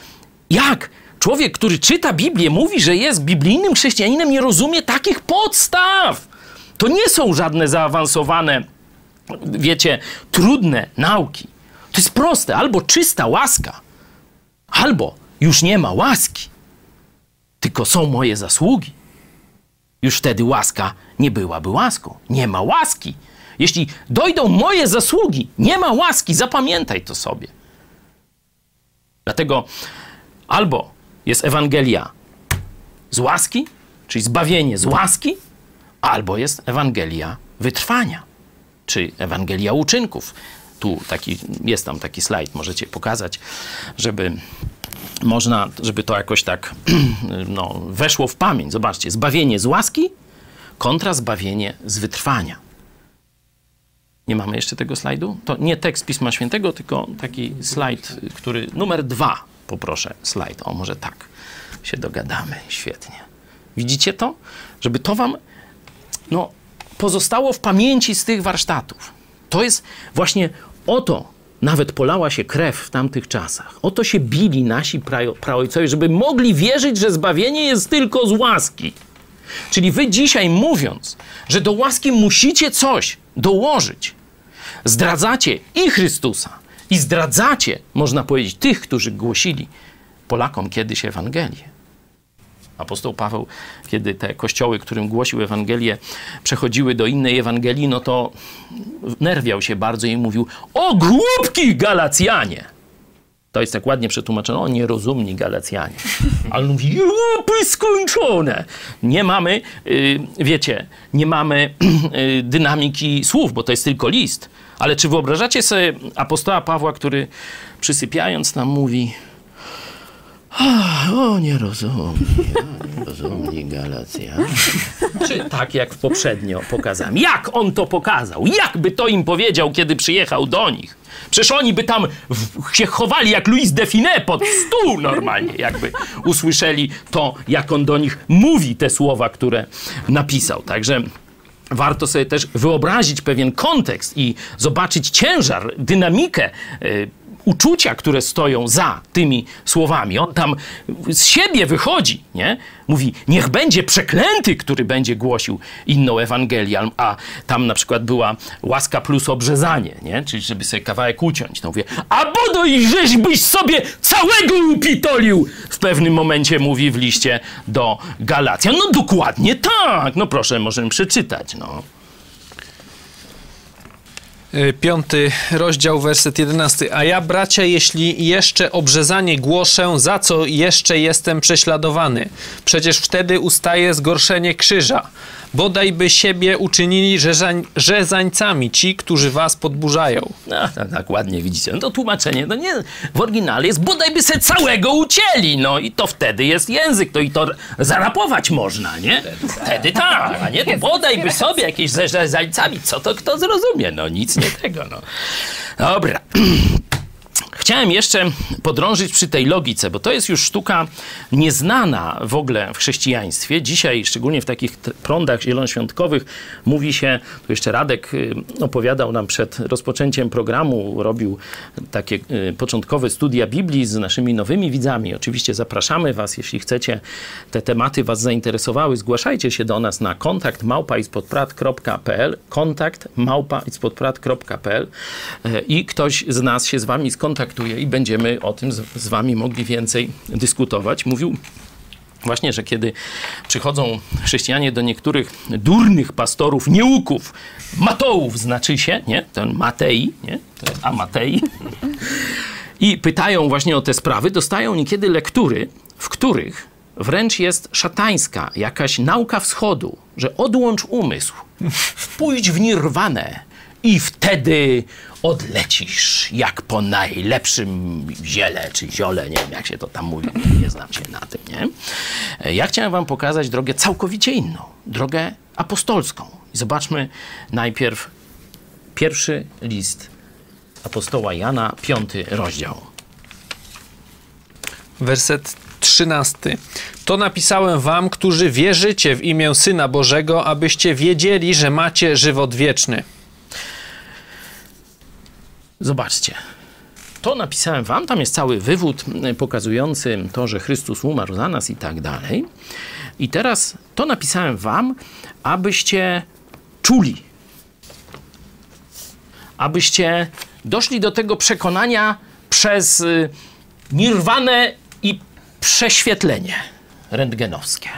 Speaker 1: Jak człowiek, który czyta Biblię, mówi, że jest biblijnym chrześcijaninem, nie rozumie takich podstaw? To nie są żadne zaawansowane, wiecie, trudne nauki. To jest proste. Albo czysta łaska, albo już nie ma łaski, tylko są moje zasługi. Już wtedy łaska nie byłaby łaską. Nie ma łaski. Jeśli dojdą moje zasługi, nie ma łaski. Zapamiętaj to sobie. Dlatego albo jest Ewangelia z łaski, czyli zbawienie z łaski, albo jest Ewangelia wytrwania, czy Ewangelia uczynków. Tu taki, jest tam taki slajd, możecie pokazać, żeby można, żeby to jakoś tak no, weszło w pamięć. Zobaczcie, zbawienie z łaski kontra zbawienie z wytrwania. Nie mamy jeszcze tego slajdu? To nie tekst Pisma Świętego, tylko taki slajd, który numer dwa, poproszę, slajd. O, może tak się dogadamy. Świetnie. Widzicie to? Żeby to wam no, pozostało w pamięci z tych warsztatów. To jest właśnie o to, nawet polała się krew w tamtych czasach. O to się bili nasi pra- praojcowie, żeby mogli wierzyć, że zbawienie jest tylko z łaski. Czyli wy dzisiaj mówiąc, że do łaski musicie coś dołożyć, zdradzacie i Chrystusa, i zdradzacie, można powiedzieć, tych, którzy głosili Polakom kiedyś Ewangelię. Apostoł Paweł, kiedy te kościoły, którym głosił Ewangelię, przechodziły do innej Ewangelii, no to nerwiał się bardzo i mówił: o głupki Galacjanie! To jest tak ładnie przetłumaczone: o nierozumni Galacjanie. Ale on mówi: łupy skończone! Nie mamy, yy, wiecie, nie mamy yy, dynamiki słów, bo to jest tylko list. Ale czy wyobrażacie sobie apostoła Pawła, który przysypiając nam mówi: o, nierozumni, o, nierozumni Galacjanie. Czy tak jak poprzednio pokazałem? Jak on to pokazał? Jak by to im powiedział, kiedy przyjechał do nich? Przecież oni by tam w, się chowali jak Louis Define pod stół normalnie, jakby usłyszeli to, jak on do nich mówi te słowa, które napisał. Także warto sobie też wyobrazić pewien kontekst i zobaczyć ciężar, dynamikę, yy, uczucia, które stoją za tymi słowami. On tam z siebie wychodzi, nie? Mówi: niech będzie przeklęty, który będzie głosił inną Ewangelię. A tam na przykład była łaska plus obrzezanie, nie? Czyli żeby sobie kawałek uciąć. To mówię: a bodo i żeś byś sobie całego upitolił! W pewnym momencie mówi w liście do Galacjan. No dokładnie tak! No proszę, możemy przeczytać, no.
Speaker 2: Piąty rozdział, werset jedenasty. A ja, bracia, jeśli jeszcze obrzezanie głoszę, za co jeszcze jestem prześladowany? Przecież wtedy ustaje zgorszenie krzyża. Bodaj by siebie uczynili rzezań, rzezańcami ci, którzy was podburzają.
Speaker 1: No, tak, tak ładnie widzicie. No to tłumaczenie, no nie, w oryginale jest: bodaj by se całego ucięli. No i to wtedy jest język, to i to zarapować można, nie? Wtedy tak, a nie to bodaj by sobie jakieś ze rzezańcami. Co to kto zrozumie? No nic nie tego, no. Dobra. Chciałem jeszcze podrążyć przy tej logice, bo to jest już sztuka nieznana w ogóle w chrześcijaństwie. Dzisiaj, szczególnie w takich prądach zielonoświątkowych, mówi się, tu jeszcze Radek opowiadał nam przed rozpoczęciem programu, robił takie początkowe studia Biblii z naszymi nowymi widzami. Oczywiście zapraszamy was, jeśli chcecie, te tematy was zainteresowały, zgłaszajcie się do nas na kontakt małpa ispodprat kropka p l, kontakt małpa ispodprat kropka p l i ktoś z nas się z wami skontaktuje i będziemy o tym z, z wami mogli więcej dyskutować. Mówił właśnie, że kiedy przychodzą chrześcijanie do niektórych durnych pastorów, nieuków, matołów znaczy się, nie? Ten Matei, nie? To jest Amatei. I pytają właśnie o te sprawy, dostają niekiedy lektury, w których wręcz jest szatańska jakaś nauka wschodu, że odłącz umysł, pójdź w nirwanę i wtedy odlecisz jak po najlepszym ziele, czy ziole, nie wiem jak się to tam mówi, nie znam się na tym, nie? Ja chciałem wam pokazać drogę całkowicie inną, drogę apostolską. I zobaczmy najpierw pierwszy list apostoła Jana, piąty rozdział.
Speaker 2: Werset trzynasty. To napisałem wam, którzy wierzycie w imię Syna Bożego, abyście wiedzieli, że macie żywot wieczny.
Speaker 1: Zobaczcie. to napisałem wam, tam jest cały wywód pokazujący to, że Chrystus umarł za nas i tak dalej. I teraz to napisałem wam, abyście czuli, abyście doszli do tego przekonania przez nirwanę i prześwietlenie rentgenowskie.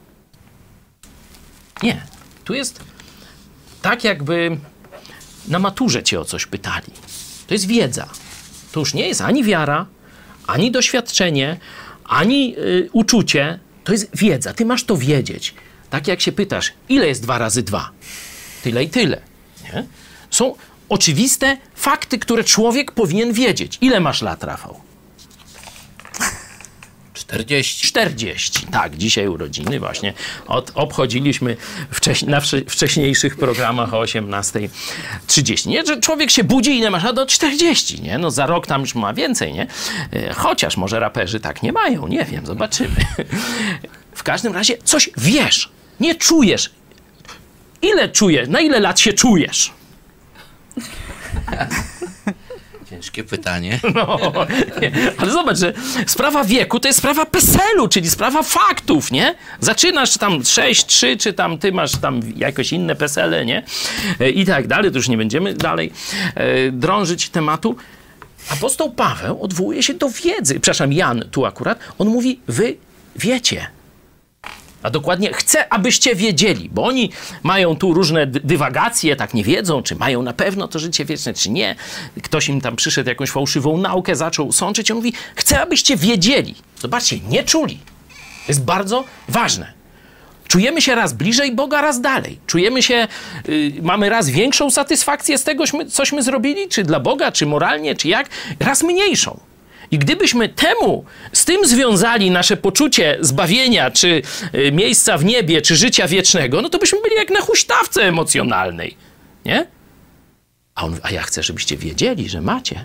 Speaker 1: Nie, tu jest tak, jakby na maturze cię o coś pytali. To jest wiedza. To już nie jest ani wiara, ani doświadczenie, ani y, uczucie. To jest wiedza. Ty masz to wiedzieć. Tak jak się pytasz, ile jest dwa razy dwa? Tyle i tyle. Nie? Są oczywiste fakty, które człowiek powinien wiedzieć. Ile masz lat, Rafał?
Speaker 4: czterdzieści.
Speaker 1: czterdzieści. Tak, dzisiaj urodziny właśnie od, obchodziliśmy wcześ, na wcze, wcześniejszych programach o osiemnastej trzydzieści. Nie, że człowiek się budzi i ile masz? A do czterdzieści, nie? No za rok tam już ma więcej, nie? Chociaż może raperzy tak nie mają, nie wiem, zobaczymy. W każdym razie coś wiesz, nie czujesz. Ile czujesz? Na ile lat się czujesz?
Speaker 4: Ciężkie pytanie.
Speaker 1: No, nie. Ale zobacz, że sprawa wieku to jest sprawa peselu, czyli sprawa faktów, nie? Zaczynasz tam sześć, trzy, czy tam ty masz tam jakoś inne pesele, nie? I tak dalej, to już nie będziemy dalej e, drążyć tematu. Apostoł Paweł odwołuje się do wiedzy. Przepraszam, Jan tu akurat. On mówi, wy wiecie. A dokładnie chcę, abyście wiedzieli, bo oni mają tu różne dywagacje, tak nie wiedzą, czy mają na pewno to życie wieczne, czy nie. Ktoś im tam przyszedł, jakąś fałszywą naukę zaczął sączyć. On mówi, chcę, abyście wiedzieli. Zobaczcie, nie czuli. To jest bardzo ważne. Czujemy się raz bliżej Boga, raz dalej. Czujemy się, y, mamy raz większą satysfakcję z tego, cośmy zrobili, czy dla Boga, czy moralnie, czy jak, raz mniejszą. I gdybyśmy temu, z tym związali nasze poczucie zbawienia, czy y, miejsca w niebie, czy życia wiecznego, no to byśmy byli jak na huśtawce emocjonalnej, nie? A on, a ja chcę, żebyście wiedzieli, że macie.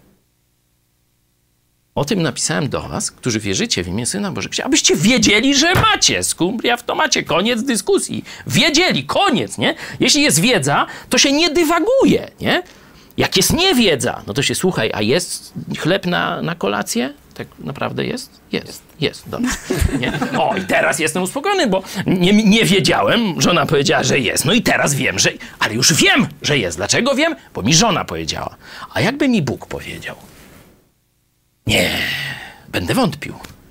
Speaker 1: O tym napisałem do was, którzy wierzycie w imię Syna Bożego, abyście wiedzieli, że macie. Skumbria w tomacie, koniec dyskusji. Wiedzieli, koniec, nie? Jeśli jest wiedza, to się nie dywaguje, nie? Jak jest niewiedza, no to się słuchaj, a jest chleb na, na kolację? Tak naprawdę jest? Jest, jest, dobrze. Nie? O, i teraz jestem uspokojony, bo nie, nie wiedziałem, żona powiedziała, że jest. No i teraz wiem, że... Ale już wiem, że jest. Dlaczego wiem? Bo mi żona powiedziała. A jakby mi Bóg powiedział? Nie, będę wątpił.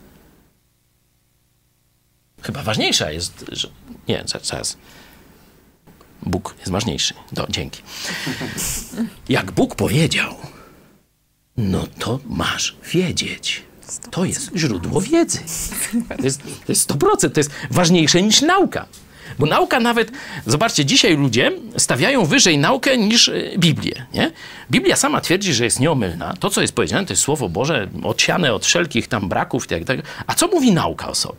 Speaker 1: Chyba ważniejsza jest, że... Nie, zaraz. Bóg jest ważniejszy. Do, dzięki. Jak Bóg powiedział, no to masz wiedzieć. To jest źródło wiedzy. To jest, to jest sto procent. To jest ważniejsze niż nauka. Bo nauka nawet, zobaczcie, dzisiaj ludzie stawiają wyżej naukę niż Biblię. Nie? Biblia sama twierdzi, że jest nieomylna. To, co jest powiedziane, to jest Słowo Boże, odsiane od wszelkich tam braków i tak dalej. A co mówi nauka o sobie?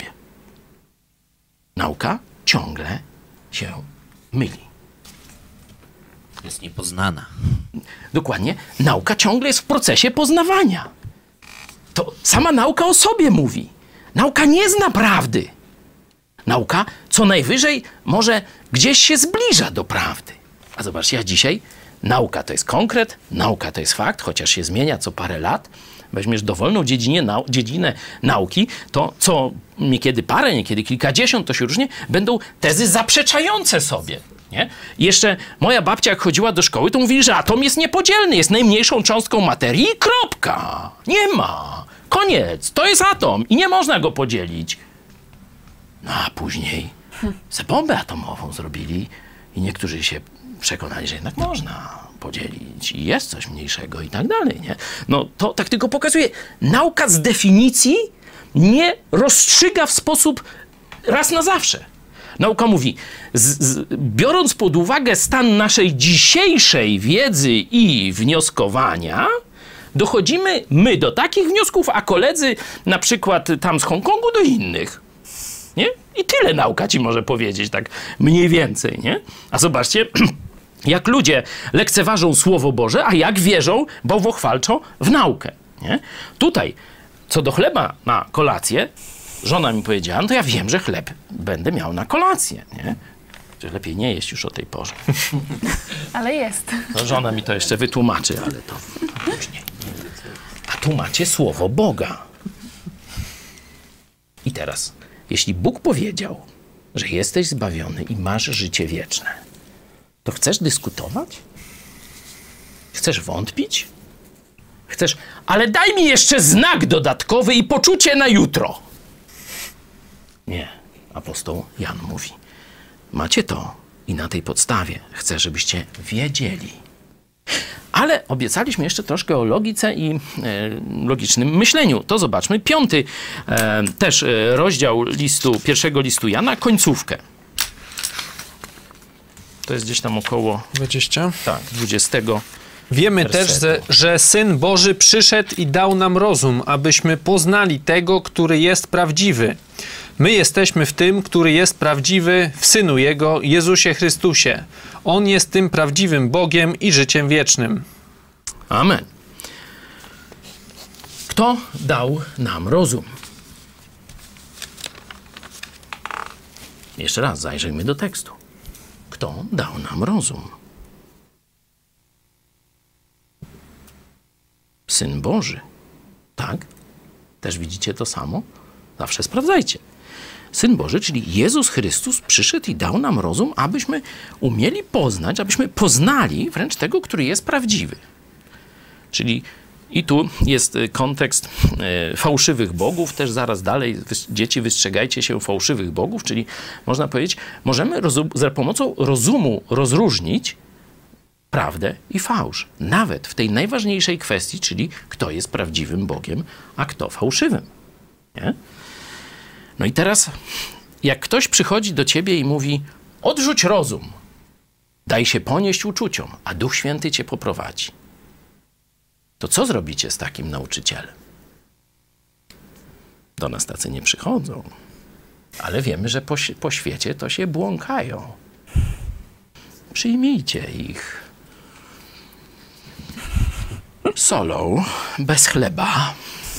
Speaker 1: Nauka ciągle się myli.
Speaker 4: Jest niepoznana.
Speaker 1: Dokładnie. Nauka ciągle jest w procesie poznawania. To sama nauka o sobie mówi. Nauka nie zna prawdy. Nauka co najwyżej może gdzieś się zbliża do prawdy. A zobacz, ja dzisiaj, nauka to jest konkret, nauka to jest fakt, chociaż się zmienia co parę lat. Weźmiesz dowolną dziedzinę, nau dziedzinę nauki, to co niekiedy parę, niekiedy kilkadziesiąt, to się różnie, będą tezy zaprzeczające sobie. Nie? I jeszcze moja babcia, jak chodziła do szkoły, to mówili, że atom jest niepodzielny, jest najmniejszą cząstką materii i kropka. Nie ma. Koniec. To jest atom i nie można go podzielić. No a później se bombę atomową zrobili i niektórzy się przekonali, że jednak można podzielić i jest coś mniejszego i tak dalej, nie? No to tak tylko pokazuje. Nauka z definicji nie rozstrzyga w sposób raz na zawsze. Nauka mówi, z, z, biorąc pod uwagę stan naszej dzisiejszej wiedzy i wnioskowania, dochodzimy my do takich wniosków, a koledzy na przykład tam z Hongkongu do innych. Nie? I tyle nauka ci może powiedzieć, tak mniej więcej, nie? A zobaczcie, jak ludzie lekceważą Słowo Boże, a jak wierzą bałwochwalczo w naukę, nie? Tutaj, co do chleba na kolację, żona mi powiedziała, no to ja wiem, że chleb będę miał na kolację, nie? Że lepiej nie jeść już o tej porze.
Speaker 3: Ale jest.
Speaker 1: No, żona mi to jeszcze wytłumaczy, ale to później. tu macie słowo Boga. I teraz, jeśli Bóg powiedział, że jesteś zbawiony i masz życie wieczne, to chcesz dyskutować? Chcesz wątpić? Chcesz, ale daj mi jeszcze znak dodatkowy i poczucie na jutro. Nie, apostoł Jan mówi, macie to i na tej podstawie chcę, żebyście wiedzieli. Ale obiecaliśmy jeszcze troszkę o logice i e, logicznym myśleniu. To zobaczmy. Piąty e, też e, rozdział listu, pierwszego listu Jana, końcówkę. To jest gdzieś tam około
Speaker 2: dwudziestego.
Speaker 1: Tak, dwudziestego.
Speaker 2: Wiemy
Speaker 1: wersetu.
Speaker 2: też, że, że Syn Boży przyszedł i dał nam rozum, abyśmy poznali tego, który jest prawdziwy. My jesteśmy w tym, który jest prawdziwy, w Synu Jego, Jezusie Chrystusie. On jest tym prawdziwym Bogiem i życiem wiecznym.
Speaker 1: Amen. Kto dał nam rozum? Jeszcze raz zajrzyjmy do tekstu. Kto dał nam rozum? Syn Boży. Tak? Też widzicie to samo? Zawsze sprawdzajcie. Syn Boży, czyli Jezus Chrystus, przyszedł i dał nam rozum, abyśmy umieli poznać, abyśmy poznali wręcz tego, który jest prawdziwy. Czyli i tu jest kontekst e, fałszywych bogów, też zaraz dalej, wy, dzieci, wystrzegajcie się fałszywych bogów, czyli można powiedzieć, możemy rozum, za pomocą rozumu rozróżnić prawdę i fałsz. Nawet w tej najważniejszej kwestii, czyli kto jest prawdziwym Bogiem, a kto fałszywym. Nie? No i teraz, jak ktoś przychodzi do ciebie i mówi, odrzuć rozum, daj się ponieść uczuciom, a Duch Święty cię poprowadzi. To co zrobicie z takim nauczycielem? Do nas tacy nie przychodzą, ale wiemy, że po, po świecie to się błąkają. Przyjmijcie ich solą, bez chleba.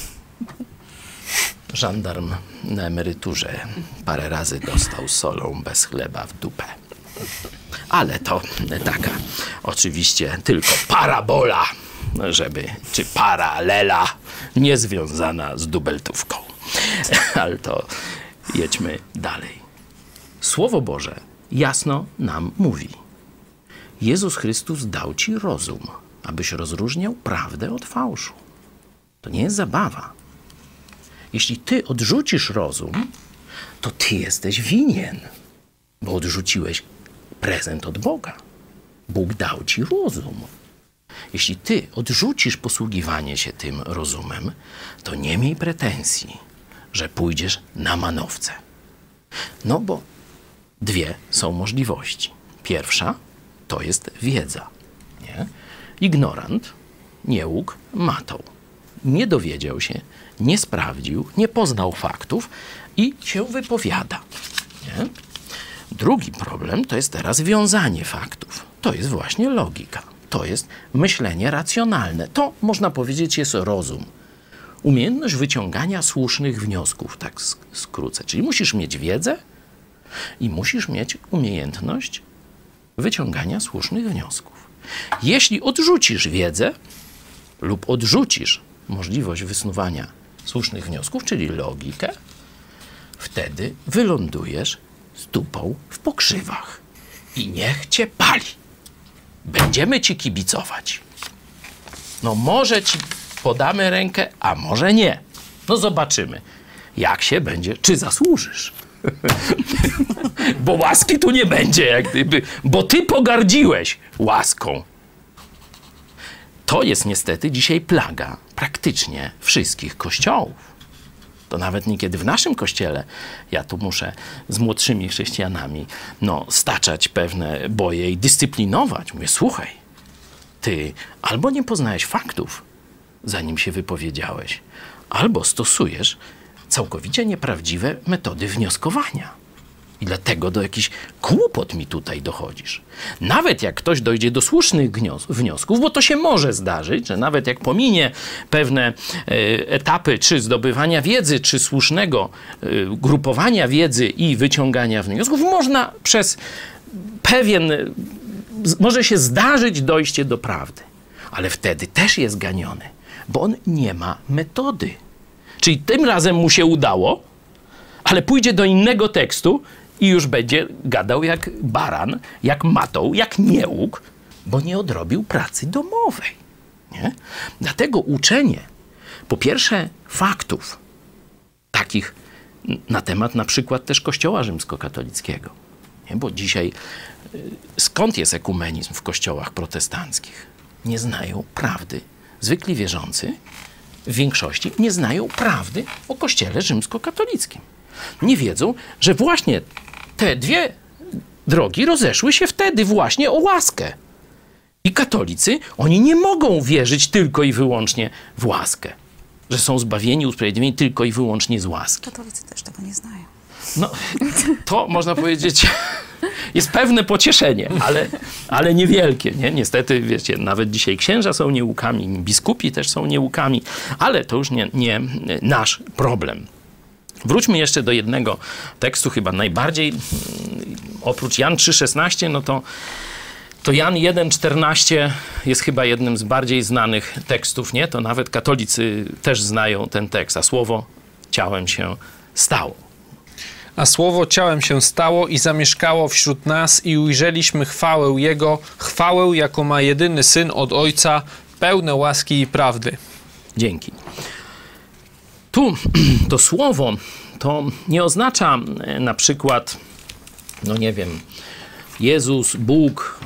Speaker 1: Żandarm na emeryturze parę razy dostał solą bez chleba w dupę. Ale to taka oczywiście tylko parabola, żeby, czy paralela niezwiązana z dubeltówką. Ale to jedźmy dalej. Słowo Boże jasno nam mówi. Jezus Chrystus dał ci rozum, abyś rozróżniał prawdę od fałszu. To nie jest zabawa. Jeśli ty odrzucisz rozum, to ty jesteś winien, bo odrzuciłeś prezent od Boga. Bóg dał ci rozum. Jeśli ty odrzucisz posługiwanie się tym rozumem, to nie miej pretensji, że pójdziesz na manowce. No bo dwie są możliwości. Pierwsza to jest wiedza. Nie? Ignorant, niełóg, matą. Nie dowiedział się, nie sprawdził, nie poznał faktów i się wypowiada. Nie? Drugi problem to jest teraz wiązanie faktów. To jest właśnie logika. To jest myślenie racjonalne. To, można powiedzieć, jest rozum. Umiejętność wyciągania słusznych wniosków, tak skrócę. Czyli musisz mieć wiedzę i musisz mieć umiejętność wyciągania słusznych wniosków. Jeśli odrzucisz wiedzę lub odrzucisz możliwość wysnuwania słusznych wniosków, czyli logikę, wtedy wylądujesz z dupą w pokrzywach. I niech cię pali. Będziemy ci kibicować. No może ci podamy rękę, a może nie. No zobaczymy, jak się będzie, czy zasłużysz. Bo łaski tu nie będzie, jak gdyby, bo ty pogardziłeś łaską. To jest niestety dzisiaj plaga praktycznie wszystkich kościołów. To nawet niekiedy w naszym kościele, ja tu muszę z młodszymi chrześcijanami no, staczać pewne boje i dyscyplinować. Mówię, słuchaj, ty albo nie poznałeś faktów, zanim się wypowiedziałeś, albo stosujesz całkowicie nieprawdziwe metody wnioskowania. I dlatego do jakichś kłopot mi tutaj dochodzisz. Nawet jak ktoś dojdzie do słusznych wniosków, bo to się może zdarzyć, że nawet jak pominie pewne e, etapy czy zdobywania wiedzy, czy słusznego e, grupowania wiedzy i wyciągania wniosków, można przez pewien, może się zdarzyć dojście do prawdy. Ale wtedy też jest ganiony, Bo on nie ma metody. Czyli tym razem mu się udało, ale pójdzie do innego tekstu i już będzie gadał jak baran, jak matoł, jak niełuk, bo nie odrobił pracy domowej. Nie? Dlatego uczenie, po pierwsze, faktów takich na temat na przykład też Kościoła rzymskokatolickiego. Nie? Bo dzisiaj skąd jest ekumenizm w kościołach protestanckich? Nie znają prawdy. Zwykli wierzący w większości nie znają prawdy o Kościele rzymskokatolickim. Nie wiedzą, że właśnie te dwie drogi rozeszły się wtedy właśnie o łaskę. I katolicy, oni nie mogą wierzyć tylko i wyłącznie w łaskę. Że są zbawieni, usprawiedliwieni tylko i wyłącznie z łaski.
Speaker 3: Katolicy też tego nie znają.
Speaker 1: No, to można powiedzieć, jest pewne pocieszenie, ale, ale niewielkie. Nie? Niestety, wiecie, nawet dzisiaj księża są niełukami, biskupi też są niełukami, ale to już nie, nie nasz problem. Wróćmy jeszcze do jednego tekstu, chyba najbardziej, oprócz Jan trzy szesnaście, no to to Jan jeden czternaście jest chyba jednym z bardziej znanych tekstów, nie? To nawet katolicy też znają ten tekst, a słowo ciałem się stało.
Speaker 2: A słowo ciałem się stało i zamieszkało wśród nas i ujrzeliśmy chwałę Jego, chwałę, jaką ma jedyny Syn od Ojca, pełne łaski i prawdy.
Speaker 1: Dzięki. Tu to słowo to nie oznacza na przykład, no nie wiem, Jezus, Bóg,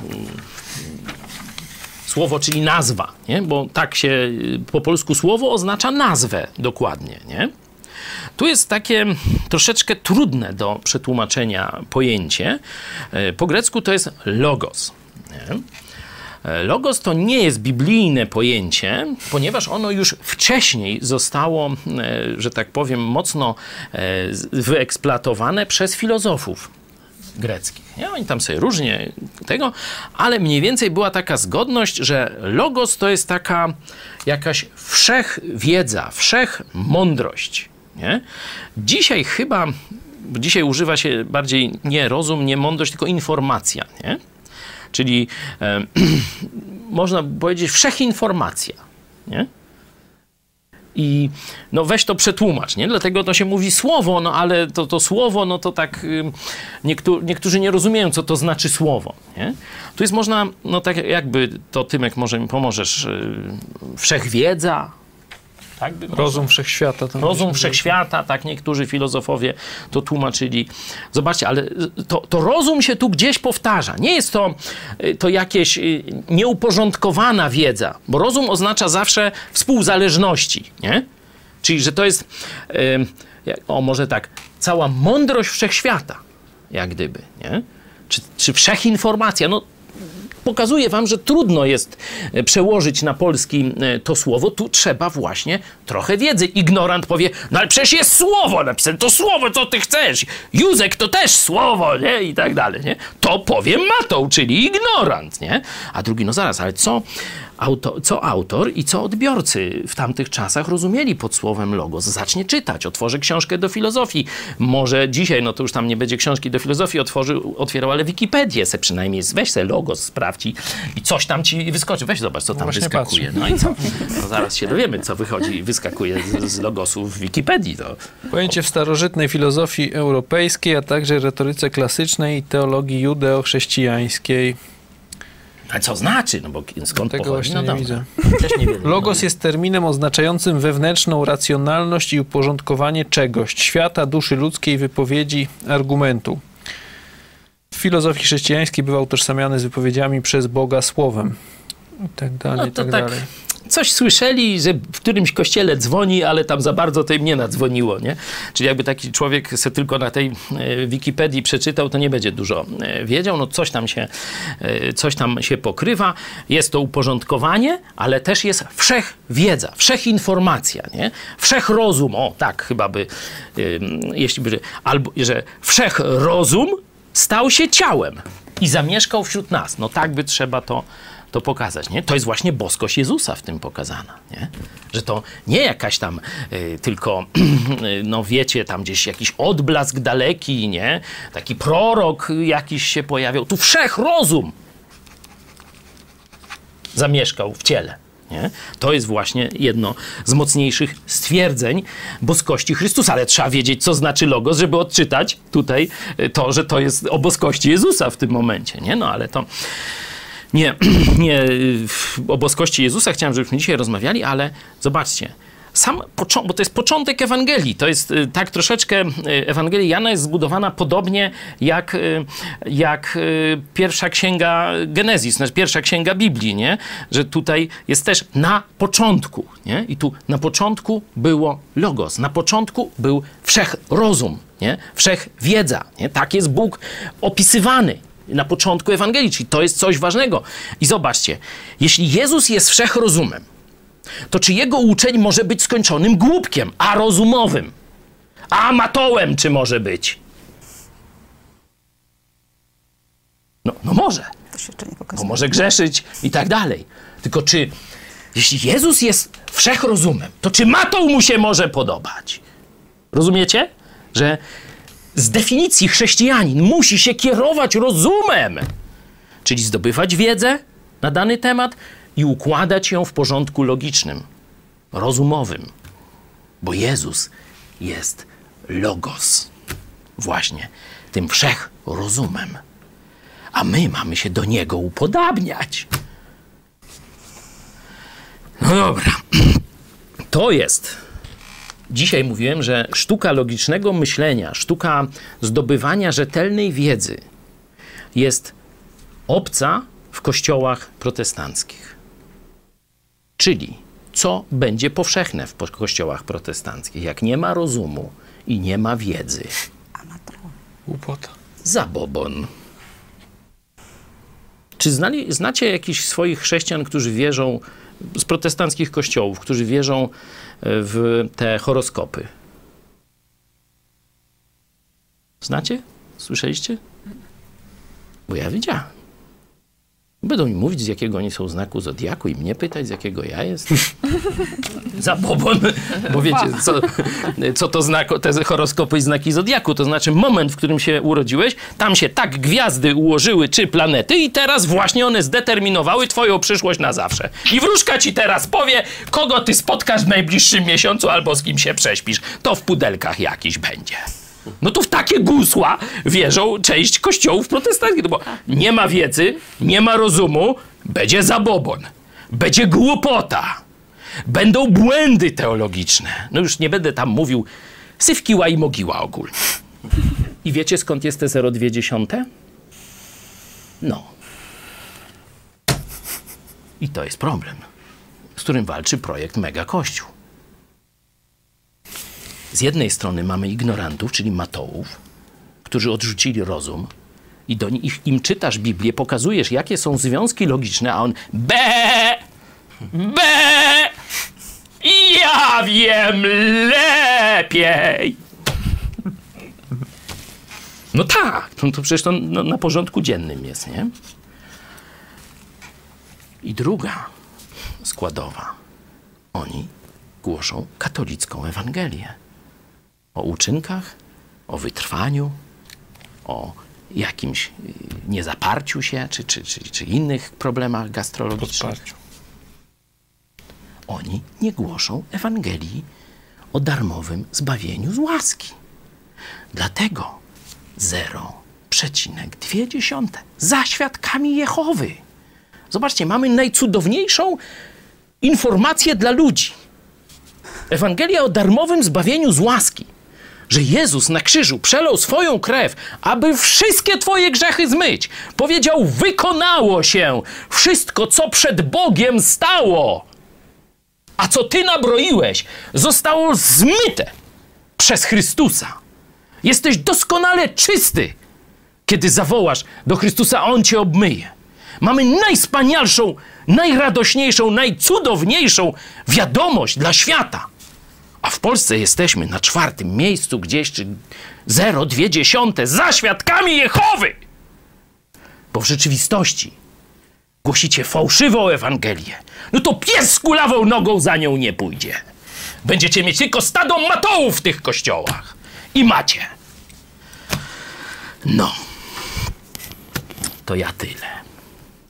Speaker 1: słowo, czyli nazwa, nie? Bo tak się po polsku słowo oznacza nazwę dokładnie, nie? Tu jest takie troszeczkę trudne do przetłumaczenia pojęcie. Po grecku to jest logos. Nie? Logos to nie jest biblijne pojęcie, ponieważ ono już wcześniej zostało, że tak powiem, mocno wyeksploatowane przez filozofów greckich. Nie? Oni tam sobie różnie tego, ale mniej więcej była taka zgodność, że logos to jest taka jakaś wszechwiedza, wszechmądrość. Nie? Dzisiaj chyba, dzisiaj używa się bardziej nie rozum, nie mądrość, tylko informacja. Nie? Czyli e, można powiedzieć wszechinformacja. Nie? I no weź to przetłumacz, nie? Dlatego to się mówi słowo, no ale to, to słowo, no to tak y, niektó niektórzy nie rozumieją, co to znaczy słowo, nie? Tu jest można, no tak jakby to Tymek może mi pomożesz, y, wszechwiedza, tak by
Speaker 2: Rozum wszechświata. To
Speaker 1: Rozum wszechświata, tak niektórzy filozofowie to tłumaczyli. Zobaczcie, ale to, to rozum się tu gdzieś powtarza. Nie jest to, to jakieś nieuporządkowana wiedza, bo rozum oznacza zawsze współzależności, nie? Czyli, że to jest, o może tak, cała mądrość wszechświata, jak gdyby, nie? Czy, czy wszechinformacja, no pokazuje wam, że trudno jest przełożyć na polski to słowo. Tu trzeba właśnie trochę wiedzy. Ignorant powie, no ale przecież jest słowo napisane, to słowo, co ty chcesz? Józek to też słowo, nie? I tak dalej, nie? To powie matą, czyli ignorant, nie? A drugi, no zaraz, ale co auto, co autor i co odbiorcy w tamtych czasach rozumieli pod słowem logos? Zacznie czytać, otworzy książkę do filozofii. Może dzisiaj, no to już tam nie będzie książki do filozofii otworzy, otwierał, ale Wikipedię se przynajmniej, weź se logos, sprawdź i, i coś tam ci wyskoczy. Weź zobacz, co tam
Speaker 2: Właśnie
Speaker 1: wyskakuje.
Speaker 2: patrzę.
Speaker 1: No i co? No zaraz się dowiemy, co wychodzi i wyskakuje z, z logosów w Wikipedii. To.
Speaker 2: Pojęcie w starożytnej filozofii europejskiej, a także retoryce klasycznej i teologii judeo-chrześcijańskiej.
Speaker 1: A co znaczy? No bo skąd
Speaker 2: Tego
Speaker 1: pochodzi?
Speaker 2: właśnie
Speaker 1: No
Speaker 2: nie
Speaker 1: dobra.
Speaker 2: widzę.
Speaker 1: Też nie wiem.
Speaker 2: Logos jest terminem oznaczającym wewnętrzną racjonalność i uporządkowanie czegoś, świata, duszy ludzkiej, wypowiedzi, argumentu. W filozofii chrześcijańskiej bywa utożsamiany z wypowiedziami przez Boga słowem. I tak dalej,
Speaker 1: No
Speaker 2: i
Speaker 1: to
Speaker 2: tak,
Speaker 1: tak
Speaker 2: dalej.
Speaker 1: coś słyszeli, że w którymś kościele dzwoni, ale tam za bardzo to im nie nadzwoniło, nie? Czyli jakby taki człowiek se tylko na tej e, Wikipedii przeczytał, to nie będzie dużo e, wiedział. No coś tam się, e, coś tam się pokrywa. Jest to uporządkowanie, ale też jest wszechwiedza, wszechinformacja, nie? Wszechrozum, o tak chyba by, e, jeśli by, albo, że wszechrozum stał się ciałem i zamieszkał wśród nas. No tak by trzeba to to pokazać, nie? To jest właśnie boskość Jezusa w tym pokazana, nie? Że to nie jakaś tam y, tylko, y, no wiecie, tam gdzieś jakiś odblask daleki, nie? Taki prorok jakiś się pojawiał. Tu wszechrozum zamieszkał w ciele, Nie? To jest właśnie jedno z mocniejszych stwierdzeń boskości Chrystusa. Ale trzeba wiedzieć, co znaczy logos, żeby odczytać tutaj to, że to jest o boskości Jezusa w tym momencie. Nie? No ale to nie, nie o boskości Jezusa chciałem, żebyśmy dzisiaj rozmawiali, ale zobaczcie. Sam początek, bo to jest początek Ewangelii. To jest y, tak troszeczkę, y, Ewangelia Jana jest zbudowana podobnie jak, y, jak y, pierwsza księga Genezis, znaczy pierwsza księga Biblii, nie? Że tutaj jest też na początku, nie? I tu na początku było logos, na początku był wszechrozum, nie? Wszechwiedza, nie? Tak jest Bóg opisywany na początku Ewangelii, czyli to jest coś ważnego. I zobaczcie, jeśli Jezus jest wszechrozumem, to czy jego uczeń może być skończonym głupkiem, a rozumowym? A matołem czy może być? No, no może. Bo może grzeszyć i tak dalej. Tylko czy, jeśli Jezus jest wszechrozumem, to czy matoł mu się może podobać? Rozumiecie? Że z definicji chrześcijanin musi się kierować rozumem, czyli zdobywać wiedzę na dany temat i układać ją w porządku logicznym, rozumowym. Bo Jezus jest logos. Właśnie tym wszechrozumem. A my mamy się do Niego upodabniać. No dobra. To jest... Dzisiaj mówiłem, że sztuka logicznego myślenia, sztuka zdobywania rzetelnej wiedzy jest obca w kościołach protestanckich. Czyli co będzie powszechne w kościołach protestanckich? Jak nie ma rozumu i nie ma wiedzy.
Speaker 2: Głupota.
Speaker 1: Zabobon. Czy znali, znacie jakichś swoich chrześcijan, którzy wierzą, z protestanckich kościołów, którzy wierzą w te horoskopy? Znacie? Słyszeliście? Bo ja widziałem. Będą mi mówić, z jakiego oni są znaku zodiaku i mnie pytać, z jakiego ja jestem. Zabobon. Bo wiecie, co, co to znak, te horoskopy i znaki zodiaku. To znaczy moment, w którym się urodziłeś, tam się tak gwiazdy ułożyły, czy planety i teraz właśnie one zdeterminowały twoją przyszłość na zawsze. I wróżka ci teraz powie, kogo ty spotkasz w najbliższym miesiącu albo z kim się prześpisz. To w pudelkach jakiś będzie. No to w takie gusła wierzą część kościołów protestanckich, no bo nie ma wiedzy, nie ma rozumu, będzie zabobon, będzie głupota, będą błędy teologiczne. No już nie będę tam mówił syfkiła i mogiła ogólnie. I wiecie, skąd jest te zero przecinek dwie dziesiąte? No. I to jest problem, z którym walczy projekt Mega Kościół. Z jednej strony mamy ignorantów, czyli matołów, którzy odrzucili rozum i do nich, im czytasz Biblię, pokazujesz, jakie są związki logiczne, a on be, be, ja wiem lepiej. No tak, no to przecież to no, na porządku dziennym jest, nie? I druga składowa. Oni głoszą katolicką Ewangelię. O uczynkach, o wytrwaniu, o jakimś niezaparciu się, czy, czy, czy, czy innych problemach gastrologicznych.
Speaker 2: Podparciu.
Speaker 1: Oni nie głoszą Ewangelii o darmowym zbawieniu z łaski. Dlatego zero przecinek dwie dziesiąte za świadkami Jehowy. Zobaczcie, mamy najcudowniejszą informację dla ludzi. Ewangelia o darmowym zbawieniu z łaski. Że Jezus na krzyżu przelał swoją krew, aby wszystkie twoje grzechy zmyć. Powiedział, wykonało się wszystko, co przed Bogiem stało. A co ty nabroiłeś, zostało zmyte przez Chrystusa. Jesteś doskonale czysty, kiedy zawołasz do Chrystusa, a On cię obmyje. Mamy najwspanialszą, najradośniejszą, najcudowniejszą wiadomość dla świata. A w Polsce jesteśmy na czwartym miejscu gdzieś, czy zero przecinek dwie dziesiąte za świadkami Jehowy. Bo w rzeczywistości głosicie fałszywą Ewangelię. No to pies z kulawą nogą za nią nie pójdzie. Będziecie mieć tylko stado matołów w tych kościołach. I macie. No. To ja tyle.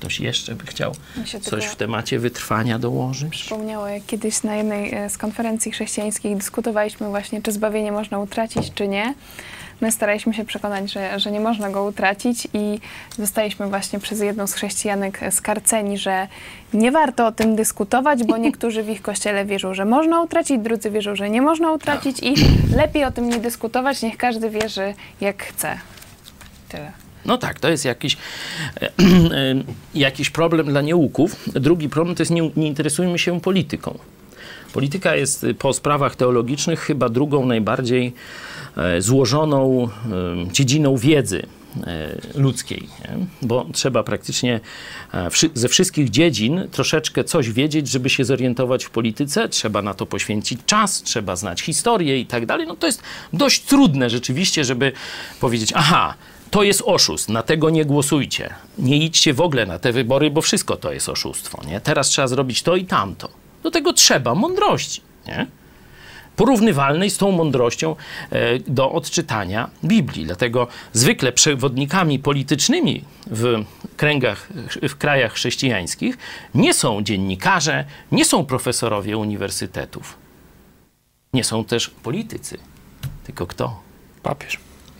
Speaker 1: Ktoś jeszcze by chciał
Speaker 3: się
Speaker 1: coś w temacie wytrwania dołożyć?
Speaker 3: Przypomniało, jak kiedyś na jednej z konferencji chrześcijańskich dyskutowaliśmy właśnie, czy zbawienie można utracić, czy nie. My staraliśmy się przekonać, że, że nie można go utracić i zostaliśmy właśnie przez jedną z chrześcijanek skarceni, że nie warto o tym dyskutować, bo niektórzy w ich kościele wierzą, że można utracić, drudzy wierzą, że nie można utracić i lepiej o tym nie dyskutować, niech każdy wierzy jak chce. Tyle.
Speaker 1: No tak, to jest jakiś, e, e, jakiś problem dla nieuków. Drugi problem to jest nie, nie interesujmy się polityką. Polityka jest po sprawach teologicznych chyba drugą najbardziej e, złożoną e, dziedziną wiedzy e, ludzkiej, nie? Bo trzeba praktycznie e, wszy, ze wszystkich dziedzin troszeczkę coś wiedzieć, żeby się zorientować w polityce. Trzeba na to poświęcić czas, trzeba znać historię i tak dalej. No to jest dość trudne rzeczywiście, żeby powiedzieć, aha, to jest oszust, na tego nie głosujcie. Nie idźcie w ogóle na te wybory, bo wszystko to jest oszustwo. Nie? Teraz trzeba zrobić to i tamto. Do tego trzeba mądrości. Nie? Porównywalnej z tą mądrością e, do odczytania Biblii. Dlatego zwykle przewodnikami politycznymi w kręgach, w krajach chrześcijańskich nie są dziennikarze, nie są profesorowie uniwersytetów. Nie są też politycy. Tylko kto?
Speaker 2: Papież.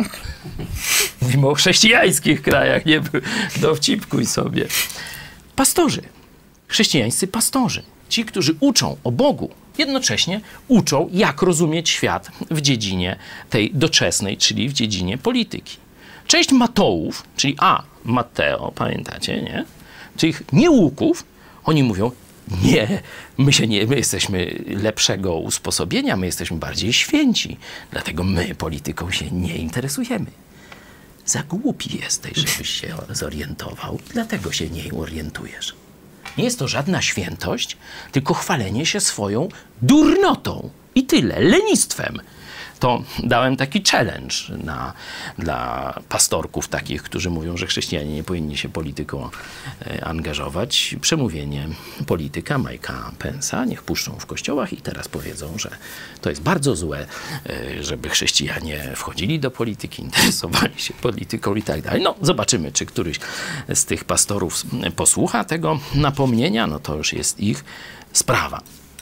Speaker 1: Mówimy o chrześcijańskich krajach, nie dowcipkuj sobie. Pastorzy, chrześcijańscy pastorzy, ci, którzy uczą o Bogu, jednocześnie uczą, jak rozumieć świat w dziedzinie tej doczesnej, czyli w dziedzinie polityki. Część matołów, czyli a, Matteo, pamiętacie, nie? Czyli nieuków, oni mówią, nie, my, się nie, my jesteśmy lepszego usposobienia, my jesteśmy bardziej święci, dlatego my polityką się nie interesujemy. Za głupi jesteś, żebyś się zorientował, dlatego się nie orientujesz. Nie jest to żadna świętość, tylko chwalenie się swoją durnotą i tyle, lenistwem. To dałem taki challenge na, dla pastorków takich, którzy mówią, że chrześcijanie nie powinni się polityką e, angażować. Przemówienie polityka Mike'a Pence'a niech puszczą w kościołach i teraz powiedzą, że to jest bardzo złe, e, żeby chrześcijanie wchodzili do polityki, interesowali się polityką i tak dalej. No, zobaczymy, czy któryś z tych pastorów posłucha tego napomnienia. No to już jest ich sprawa.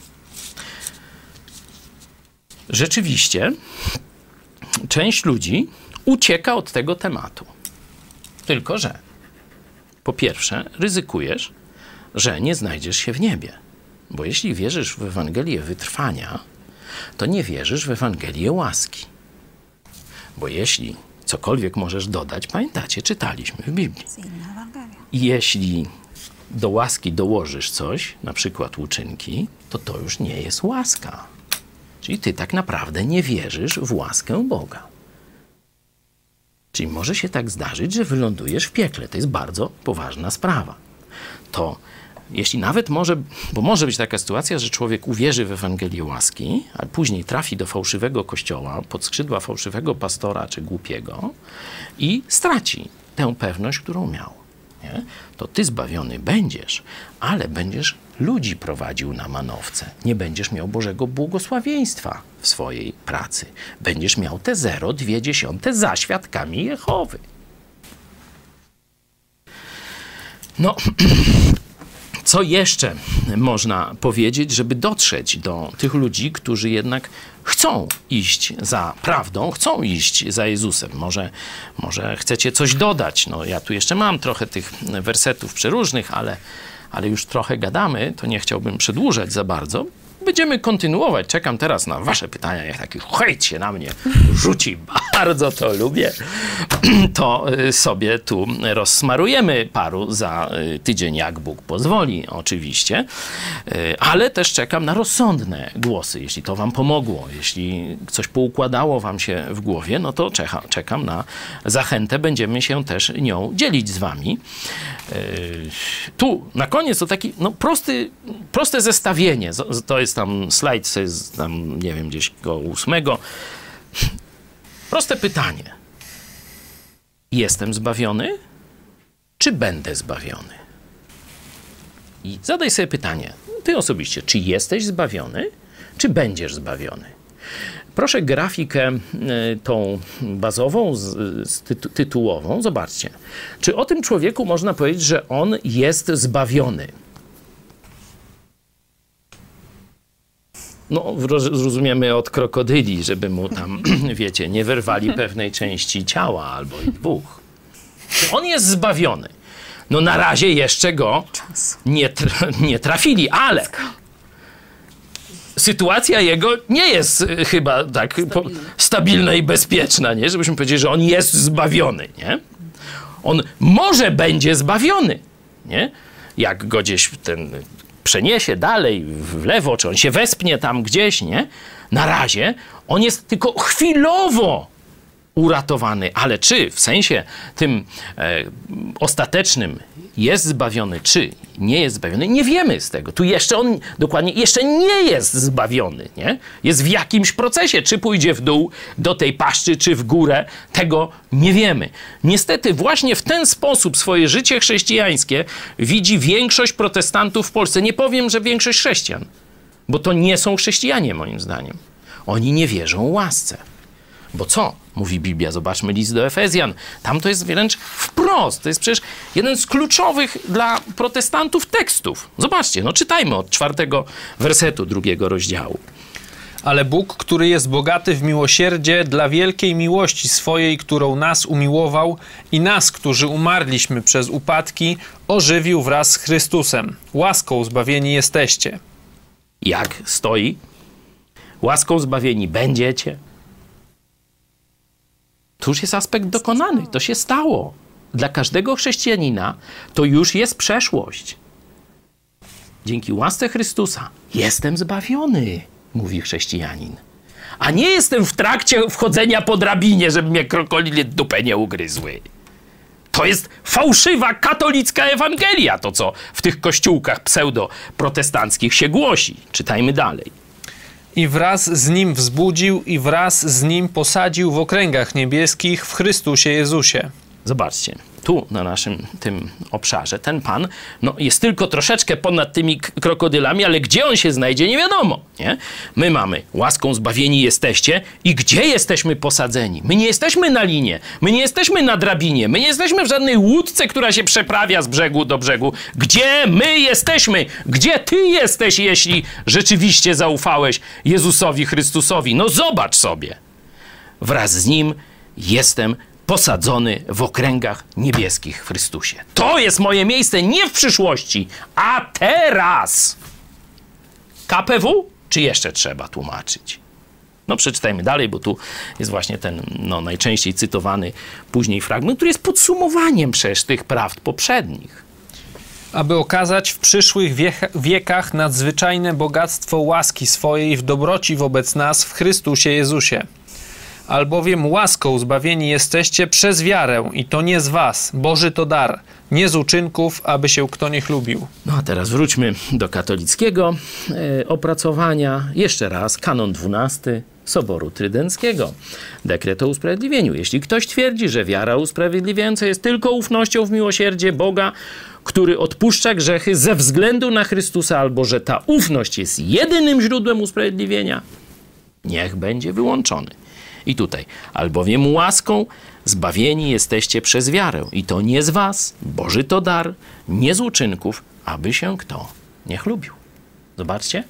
Speaker 1: Rzeczywiście część ludzi ucieka od tego tematu. Tylko że po pierwsze ryzykujesz, że nie znajdziesz się w niebie. Bo jeśli wierzysz w Ewangelię wytrwania, to nie wierzysz w Ewangelię łaski. Bo jeśli cokolwiek możesz dodać, pamiętacie, czytaliśmy w Biblii. I jeśli do łaski dołożysz coś, na przykład uczynki, to to już nie jest łaska. Czyli ty tak naprawdę nie wierzysz w łaskę Boga. Czyli może się tak zdarzyć, że wylądujesz w piekle. To jest bardzo poważna sprawa. To jeśli nawet może, bo może być taka sytuacja, że człowiek uwierzy w Ewangelię łaski, a później trafi do fałszywego kościoła, pod skrzydła fałszywego pastora czy głupiego i straci tę pewność, którą miał. Nie? To ty zbawiony będziesz, ale będziesz ludzi prowadził na manowce. Nie będziesz miał Bożego błogosławieństwa w swojej pracy. Będziesz miał te zero przecinek dwie dziesiąte za świadkami Jehowy. No, co jeszcze można powiedzieć, żeby dotrzeć do tych ludzi, którzy jednak chcą iść za prawdą, chcą iść za Jezusem. Może, może chcecie coś dodać. No, ja tu jeszcze mam trochę tych wersetów przeróżnych, ale, ale już trochę gadamy, to nie chciałbym przedłużać za bardzo. Będziemy kontynuować. Czekam teraz na wasze pytania. Jak taki hejt się na mnie rzuci, bardzo to lubię, to sobie tu rozsmarujemy paru za tydzień, jak Bóg pozwoli, oczywiście. Ale też czekam na rozsądne głosy. Jeśli to wam pomogło, jeśli coś poukładało wam się w głowie, no to czeka, czekam na zachętę. Będziemy się też nią dzielić z wami. Tu na koniec to taki no, prosty, proste zestawienie. To jest tam slajd, to jest tam, nie wiem, gdzieś koło ósmego. Proste pytanie. Jestem zbawiony, czy będę zbawiony? I zadaj sobie pytanie, ty osobiście, czy jesteś zbawiony, czy będziesz zbawiony? Proszę grafikę y, tą bazową, z, z tytu, tytułową. Zobaczcie. Czy o tym człowieku można powiedzieć, że on jest zbawiony? No, zrozumiemy od krokodyli, żeby mu tam, wiecie, nie wyrwali pewnej części ciała albo i dwóch. Czy on jest zbawiony? No na razie jeszcze go nie, tra nie trafili, ale sytuacja jego nie jest chyba tak stabilna, stabilna i bezpieczna, nie? Żebyśmy powiedzieli, że on jest zbawiony, nie? On może będzie zbawiony, nie? Jak go gdzieś ten przeniesie dalej w lewo, czy on się wespnie tam gdzieś, nie? Na razie on jest tylko chwilowo uratowany, ale czy w sensie tym e, ostatecznym jest zbawiony, czy nie jest zbawiony, nie wiemy z tego. Tu jeszcze on dokładnie jeszcze nie jest zbawiony, nie? Jest w jakimś procesie, czy pójdzie w dół do tej paszczy, czy w górę, tego nie wiemy. Niestety właśnie w ten sposób swoje życie chrześcijańskie widzi większość protestantów w Polsce. Nie powiem, że większość chrześcijan, bo to nie są chrześcijanie moim zdaniem. Oni nie wierzą łasce. Bo co? Mówi Biblia. Zobaczmy list do Efezjan. Tam to jest wręcz wprost. To jest przecież jeden z kluczowych dla protestantów tekstów. Zobaczcie, no czytajmy od czwartego wersetu drugiego rozdziału.
Speaker 2: Ale Bóg, który jest bogaty w miłosierdzie, dla wielkiej miłości swojej, którą nas umiłował i nas, którzy umarliśmy przez upadki, ożywił wraz z Chrystusem. Łaską zbawieni jesteście.
Speaker 1: Jak stoi? Łaską zbawieni będziecie. To już jest aspekt dokonany. To się stało. Dla każdego chrześcijanina to już jest przeszłość. Dzięki łasce Chrystusa jestem zbawiony, mówi chrześcijanin. A nie jestem w trakcie wchodzenia po drabinie, żeby mnie krokodyle dupę nie ugryzły. To jest fałszywa katolicka Ewangelia, to co w tych kościółkach pseudo-protestanckich się głosi. Czytajmy dalej.
Speaker 2: I wraz z Nim wzbudził i wraz z Nim posadził w okręgach niebieskich w Chrystusie Jezusie.
Speaker 1: Zobaczcie, tu na naszym tym obszarze ten Pan no, jest tylko troszeczkę ponad tymi krokodylami, ale gdzie On się znajdzie, nie wiadomo. Nie? My mamy łaską zbawieni jesteście i gdzie jesteśmy posadzeni? My nie jesteśmy na linie, my nie jesteśmy na drabinie, my nie jesteśmy w żadnej łódce, która się przeprawia z brzegu do brzegu. Gdzie my jesteśmy? Gdzie ty jesteś, jeśli rzeczywiście zaufałeś Jezusowi Chrystusowi? No zobacz sobie. Wraz z Nim jestem posadzony w okręgach niebieskich w Chrystusie. To jest moje miejsce nie w przyszłości, a teraz. K P W? Czy jeszcze trzeba tłumaczyć? No przeczytajmy dalej, bo tu jest właśnie ten no, najczęściej cytowany później fragment, który jest podsumowaniem przecież tych prawd poprzednich.
Speaker 2: Aby okazać w przyszłych wiekach nadzwyczajne bogactwo łaski swojej w dobroci wobec nas w Chrystusie Jezusie. Albowiem łaską zbawieni jesteście przez wiarę i to nie z was, Boży to dar, nie z uczynków, aby się kto nie chlubił.
Speaker 1: No a teraz wróćmy do katolickiego e, opracowania. Jeszcze raz, kanon dwunasty Soboru Trydenckiego. Dekret o usprawiedliwieniu. Jeśli ktoś twierdzi, że wiara usprawiedliwiająca jest tylko ufnością w miłosierdzie Boga, który odpuszcza grzechy ze względu na Chrystusa, albo że ta ufność jest jedynym źródłem usprawiedliwienia, niech będzie wyłączony. I tutaj, albowiem łaską zbawieni jesteście przez wiarę. I to nie z was, Boży to dar, nie z uczynków, aby się kto nie chlubił. Zobaczcie.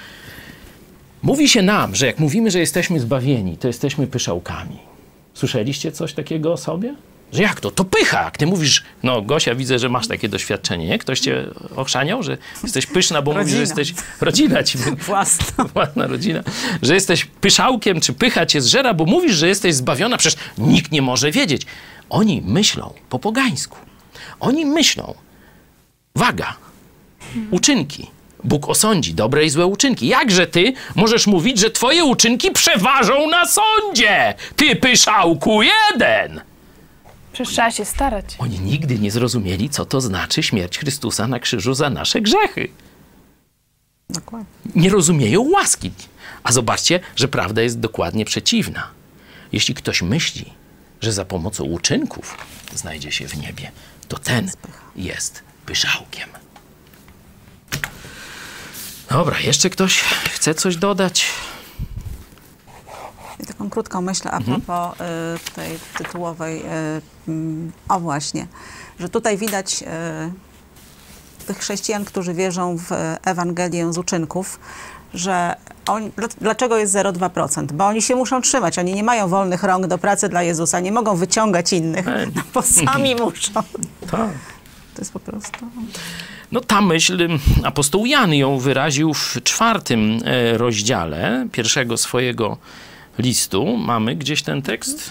Speaker 1: Mówi się nam, że jak mówimy, że jesteśmy zbawieni, to jesteśmy pyszałkami. Słyszeliście coś takiego o sobie? Że jak to? To pycha! Jak ty mówisz, no Gosia, widzę, że masz takie doświadczenie, nie? Ktoś cię ochrzaniał, że jesteś pyszna, bo mówisz, że jesteś... Rodzina ci...
Speaker 5: Własna.
Speaker 1: Własna rodzina. Że jesteś pyszałkiem, czy pycha cię zżera, bo mówisz, że jesteś zbawiona. Przecież nikt nie może wiedzieć. Oni myślą po pogańsku. Oni myślą, waga, uczynki. Bóg osądzi dobre i złe uczynki. Jakże ty możesz mówić, że twoje uczynki przeważą na sądzie? Ty pyszałku jeden!
Speaker 3: Przecież trzeba się starać.
Speaker 1: Oni nigdy nie zrozumieli, co to znaczy śmierć Chrystusa na krzyżu za nasze grzechy.
Speaker 5: Dokładnie.
Speaker 1: Nie rozumieją łaski. A zobaczcie, że prawda jest dokładnie przeciwna. Jeśli ktoś myśli, że za pomocą uczynków znajdzie się w niebie, to ten jest pyszałkiem. Dobra, jeszcze ktoś chce coś dodać?
Speaker 5: krótką myśl a
Speaker 1: Mhm.
Speaker 5: propos y, tej tytułowej. Y, mm, o właśnie, że tutaj widać y, tych chrześcijan, którzy wierzą w Ewangelię z uczynków, że oni, dl- dlaczego jest zero przecinek dwa procent? Bo oni się muszą trzymać, oni nie mają wolnych rąk do pracy dla Jezusa, nie mogą wyciągać innych,
Speaker 1: Ej.
Speaker 5: no, bo sami muszą.
Speaker 1: Tak.
Speaker 5: To jest po prostu...
Speaker 1: No ta myśl, apostoł Jan ją wyraził w czwartym e, rozdziale pierwszego swojego listu. Mamy gdzieś ten tekst?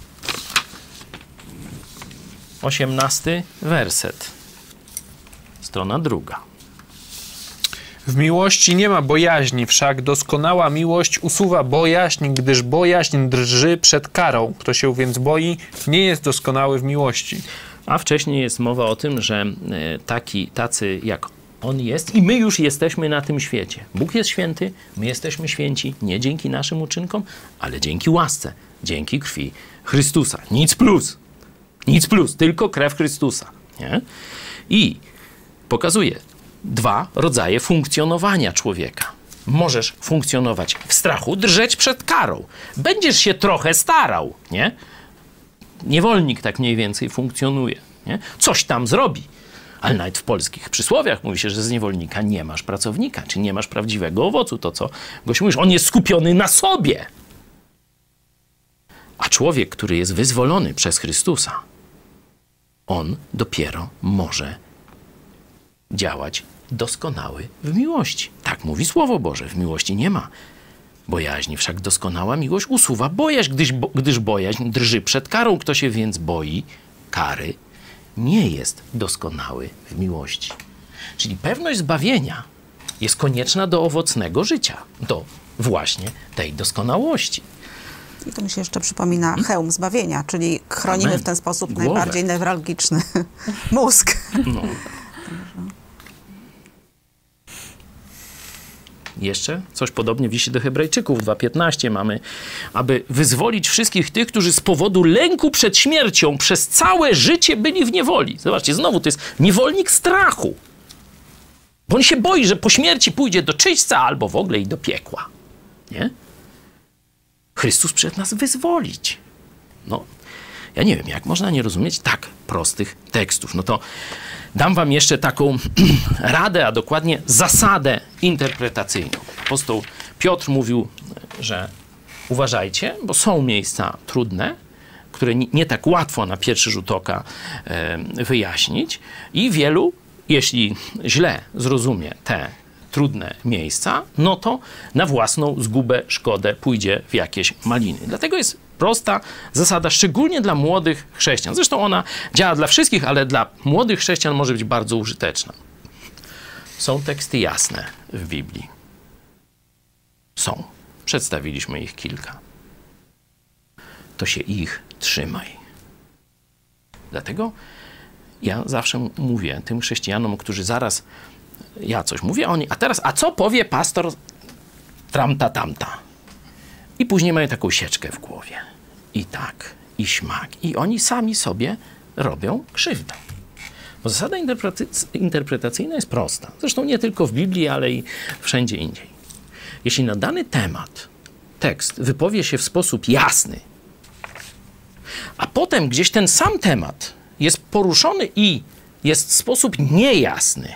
Speaker 1: Osiemnasty werset. Strona druga.
Speaker 2: W miłości nie ma bojaźni, wszak doskonała miłość usuwa bojaźń, gdyż bojaźń drży przed karą. Kto się więc boi, nie jest doskonały w miłości.
Speaker 1: A wcześniej jest mowa o tym, że e, taki, tacy jak On jest i my już jesteśmy na tym świecie. Bóg jest święty, my jesteśmy święci nie dzięki naszym uczynkom, ale dzięki łasce, dzięki krwi Chrystusa. Nic plus. Nic plus, tylko krew Chrystusa. Nie? I pokazuje dwa rodzaje funkcjonowania człowieka. Możesz funkcjonować w strachu, drżeć przed karą. Będziesz się trochę starał, nie? Niewolnik tak mniej więcej funkcjonuje, nie? Coś tam zrobi. Ale nawet w polskich przysłowiach mówi się, że z niewolnika nie masz pracownika, czy nie masz prawdziwego owocu. To co goś mówisz, on jest skupiony na sobie. A człowiek, który jest wyzwolony przez Chrystusa, on dopiero może działać doskonały w miłości. Tak mówi Słowo Boże. W miłości nie ma bojaźni, wszak doskonała miłość usuwa bojaźń, gdyż, bo, gdyż bojaźń drży przed karą. Kto się więc boi kary, nie jest doskonały w miłości. Czyli pewność zbawienia jest konieczna do owocnego życia, do właśnie tej doskonałości.
Speaker 5: I to mi się jeszcze przypomina hełm zbawienia, czyli chronimy
Speaker 1: Amen.
Speaker 5: w ten sposób
Speaker 1: Głowę.
Speaker 5: najbardziej newralgiczny mózg.
Speaker 1: No. Jeszcze coś podobnie wisi do Hebrajczyków dwa piętnaście mamy, aby wyzwolić wszystkich tych, którzy z powodu lęku przed śmiercią przez całe życie byli w niewoli. Zobaczcie, znowu to jest niewolnik strachu. Bo on się boi, że po śmierci pójdzie do czyśćca albo w ogóle i do piekła. Nie? Chrystus przyszedł nas wyzwolić. No, ja nie wiem, jak można nie rozumieć tak prostych tekstów. No to dam wam jeszcze taką radę, a dokładnie zasadę interpretacyjną. Apostoł Piotr mówił, że uważajcie, bo są miejsca trudne, które nie, nie tak łatwo na pierwszy rzut oka e, wyjaśnić i wielu, jeśli źle zrozumie te trudne miejsca, no to na własną zgubę, szkodę pójdzie w jakieś maliny. Dlatego jest prosta zasada, szczególnie dla młodych chrześcijan. Zresztą ona działa dla wszystkich, ale dla młodych chrześcijan może być bardzo użyteczna. Są teksty jasne w Biblii. Są. Przedstawiliśmy ich kilka. To się ich trzymaj. Dlatego ja zawsze mówię tym chrześcijanom, którzy zaraz ja coś mówię, oni, a teraz, a co powie pastor tramta tamta? I później mają taką sieczkę w głowie. I tak, i śmak. I oni sami sobie robią krzywdę. Bo zasada interpretac- interpretacyjna jest prosta. Zresztą nie tylko w Biblii, ale i wszędzie indziej. Jeśli na dany temat tekst wypowie się w sposób jasny, a potem gdzieś ten sam temat jest poruszony i jest w sposób niejasny,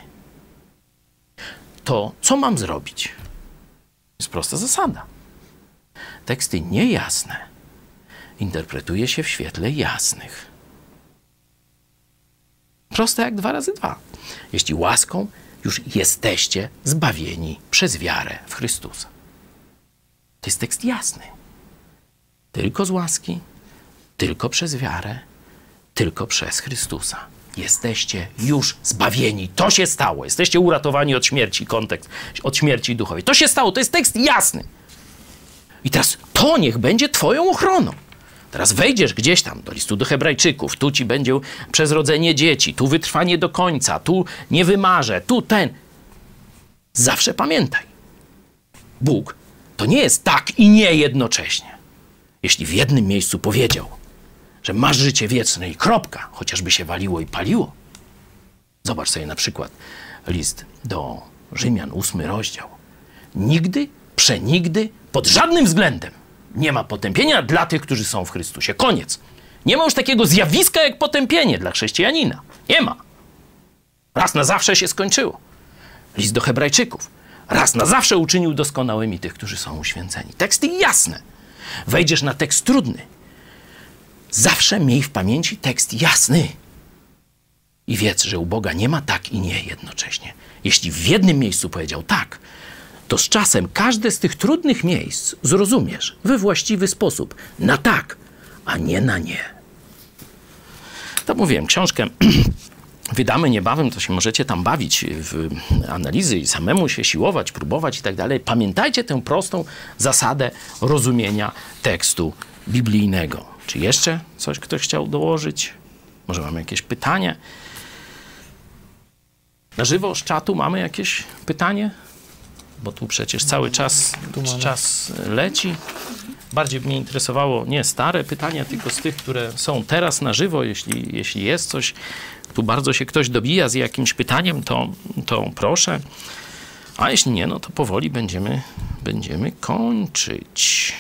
Speaker 1: to co mam zrobić? Jest prosta zasada. Teksty niejasne interpretuje się w świetle jasnych. Proste jak dwa razy dwa. Jeśli łaską już jesteście zbawieni przez wiarę w Chrystusa. To jest tekst jasny. Tylko z łaski, tylko przez wiarę, tylko przez Chrystusa. Jesteście już zbawieni. To się stało. Jesteście uratowani od śmierci, kontekst, od śmierci duchowej. To się stało. To jest tekst jasny. I teraz to niech będzie twoją ochroną. Teraz wejdziesz gdzieś tam do listu do Hebrajczyków, tu ci będzie przez rodzenie dzieci, tu wytrwanie do końca, tu nie wymarzę, tu ten. Zawsze pamiętaj. Bóg to nie jest tak i nie jednocześnie. Jeśli w jednym miejscu powiedział, że masz życie wieczne i kropka, chociażby się waliło i paliło. Zobacz sobie na przykład list do Rzymian, ósmy rozdział. Nigdy, przenigdy, pod żadnym względem Nie ma potępienia dla tych, którzy są w Chrystusie. Koniec. Nie ma już takiego zjawiska jak potępienie dla chrześcijanina. Nie ma. Raz na zawsze się skończyło. List do Hebrajczyków. Raz na zawsze uczynił doskonałymi tych, którzy są uświęceni. Teksty jasne. Wejdziesz na tekst trudny. Zawsze miej w pamięci tekst jasny. I wiedz, że u Boga nie ma tak i nie jednocześnie. Jeśli w jednym miejscu powiedział tak, to z czasem każde z tych trudnych miejsc zrozumiesz we właściwy sposób. Na tak, a nie na nie. To mówiłem, książkę wydamy niebawem, to się możecie tam bawić w analizy i samemu się siłować, próbować i tak dalej. Pamiętajcie tę prostą zasadę rozumienia tekstu biblijnego. Czy jeszcze coś ktoś chciał dołożyć? Może mamy jakieś pytanie? Na żywo z czatu mamy jakieś pytanie? Bo tu przecież cały czas, czas leci. Bardziej mnie interesowało nie stare pytania, tylko z tych, które są teraz na żywo. Jeśli, jeśli jest coś, tu bardzo się ktoś dobija z jakimś pytaniem, to, to proszę. A jeśli nie, no to powoli będziemy, będziemy kończyć.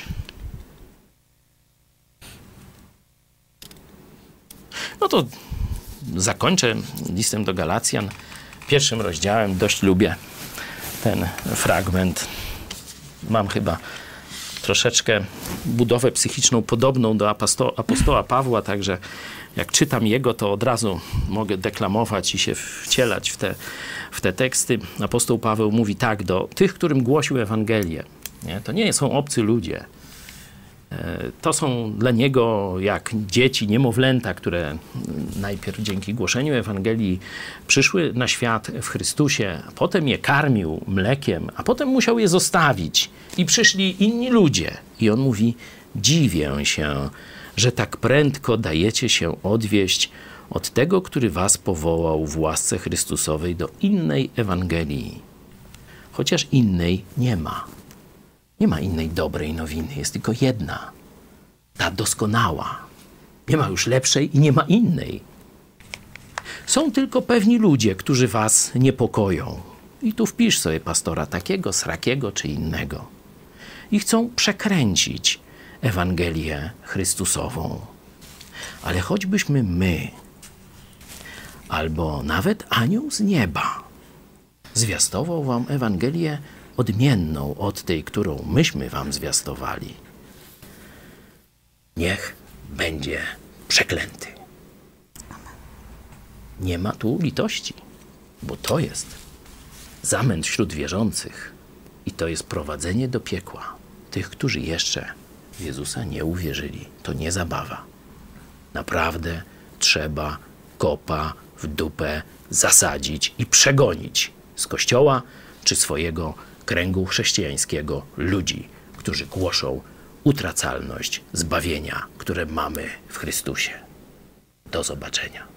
Speaker 1: No to zakończę listem do Galacjan. Pierwszym rozdziałem dość lubię ten fragment. Mam chyba troszeczkę budowę psychiczną podobną do aposto- apostoła Pawła, także jak czytam jego, to od razu mogę deklamować i się wcielać w te, w te teksty. Apostoł Paweł mówi tak do tych, którym głosił Ewangelię. Nie? To nie są obcy ludzie. To są dla niego jak dzieci, niemowlęta, które najpierw dzięki głoszeniu Ewangelii przyszły na świat w Chrystusie, a potem je karmił mlekiem, a potem musiał je zostawić. I przyszli inni ludzie. I on mówi, dziwię się, że tak prędko dajecie się odwieść od tego, który was powołał w łasce Chrystusowej do innej Ewangelii. Chociaż innej nie ma. Nie ma innej dobrej nowiny, jest tylko jedna. Ta doskonała. Nie ma już lepszej i nie ma innej. Są tylko pewni ludzie, którzy was niepokoją. I tu wpisz sobie pastora takiego, srakiego czy innego. I chcą przekręcić Ewangelię Chrystusową. Ale choćbyśmy my, albo nawet anioł z nieba, zwiastował wam Ewangelię odmienną od tej, którą myśmy wam zwiastowali, niech będzie przeklęty. Nie ma tu litości, bo to jest zamęt wśród wierzących i to jest prowadzenie do piekła tych, którzy jeszcze w Jezusa nie uwierzyli. To nie zabawa. Naprawdę trzeba kopa w dupę zasadzić i przegonić z kościoła czy swojego kręgu chrześcijańskiego ludzi, którzy głoszą utracalność zbawienia, które mamy w Chrystusie. Do zobaczenia.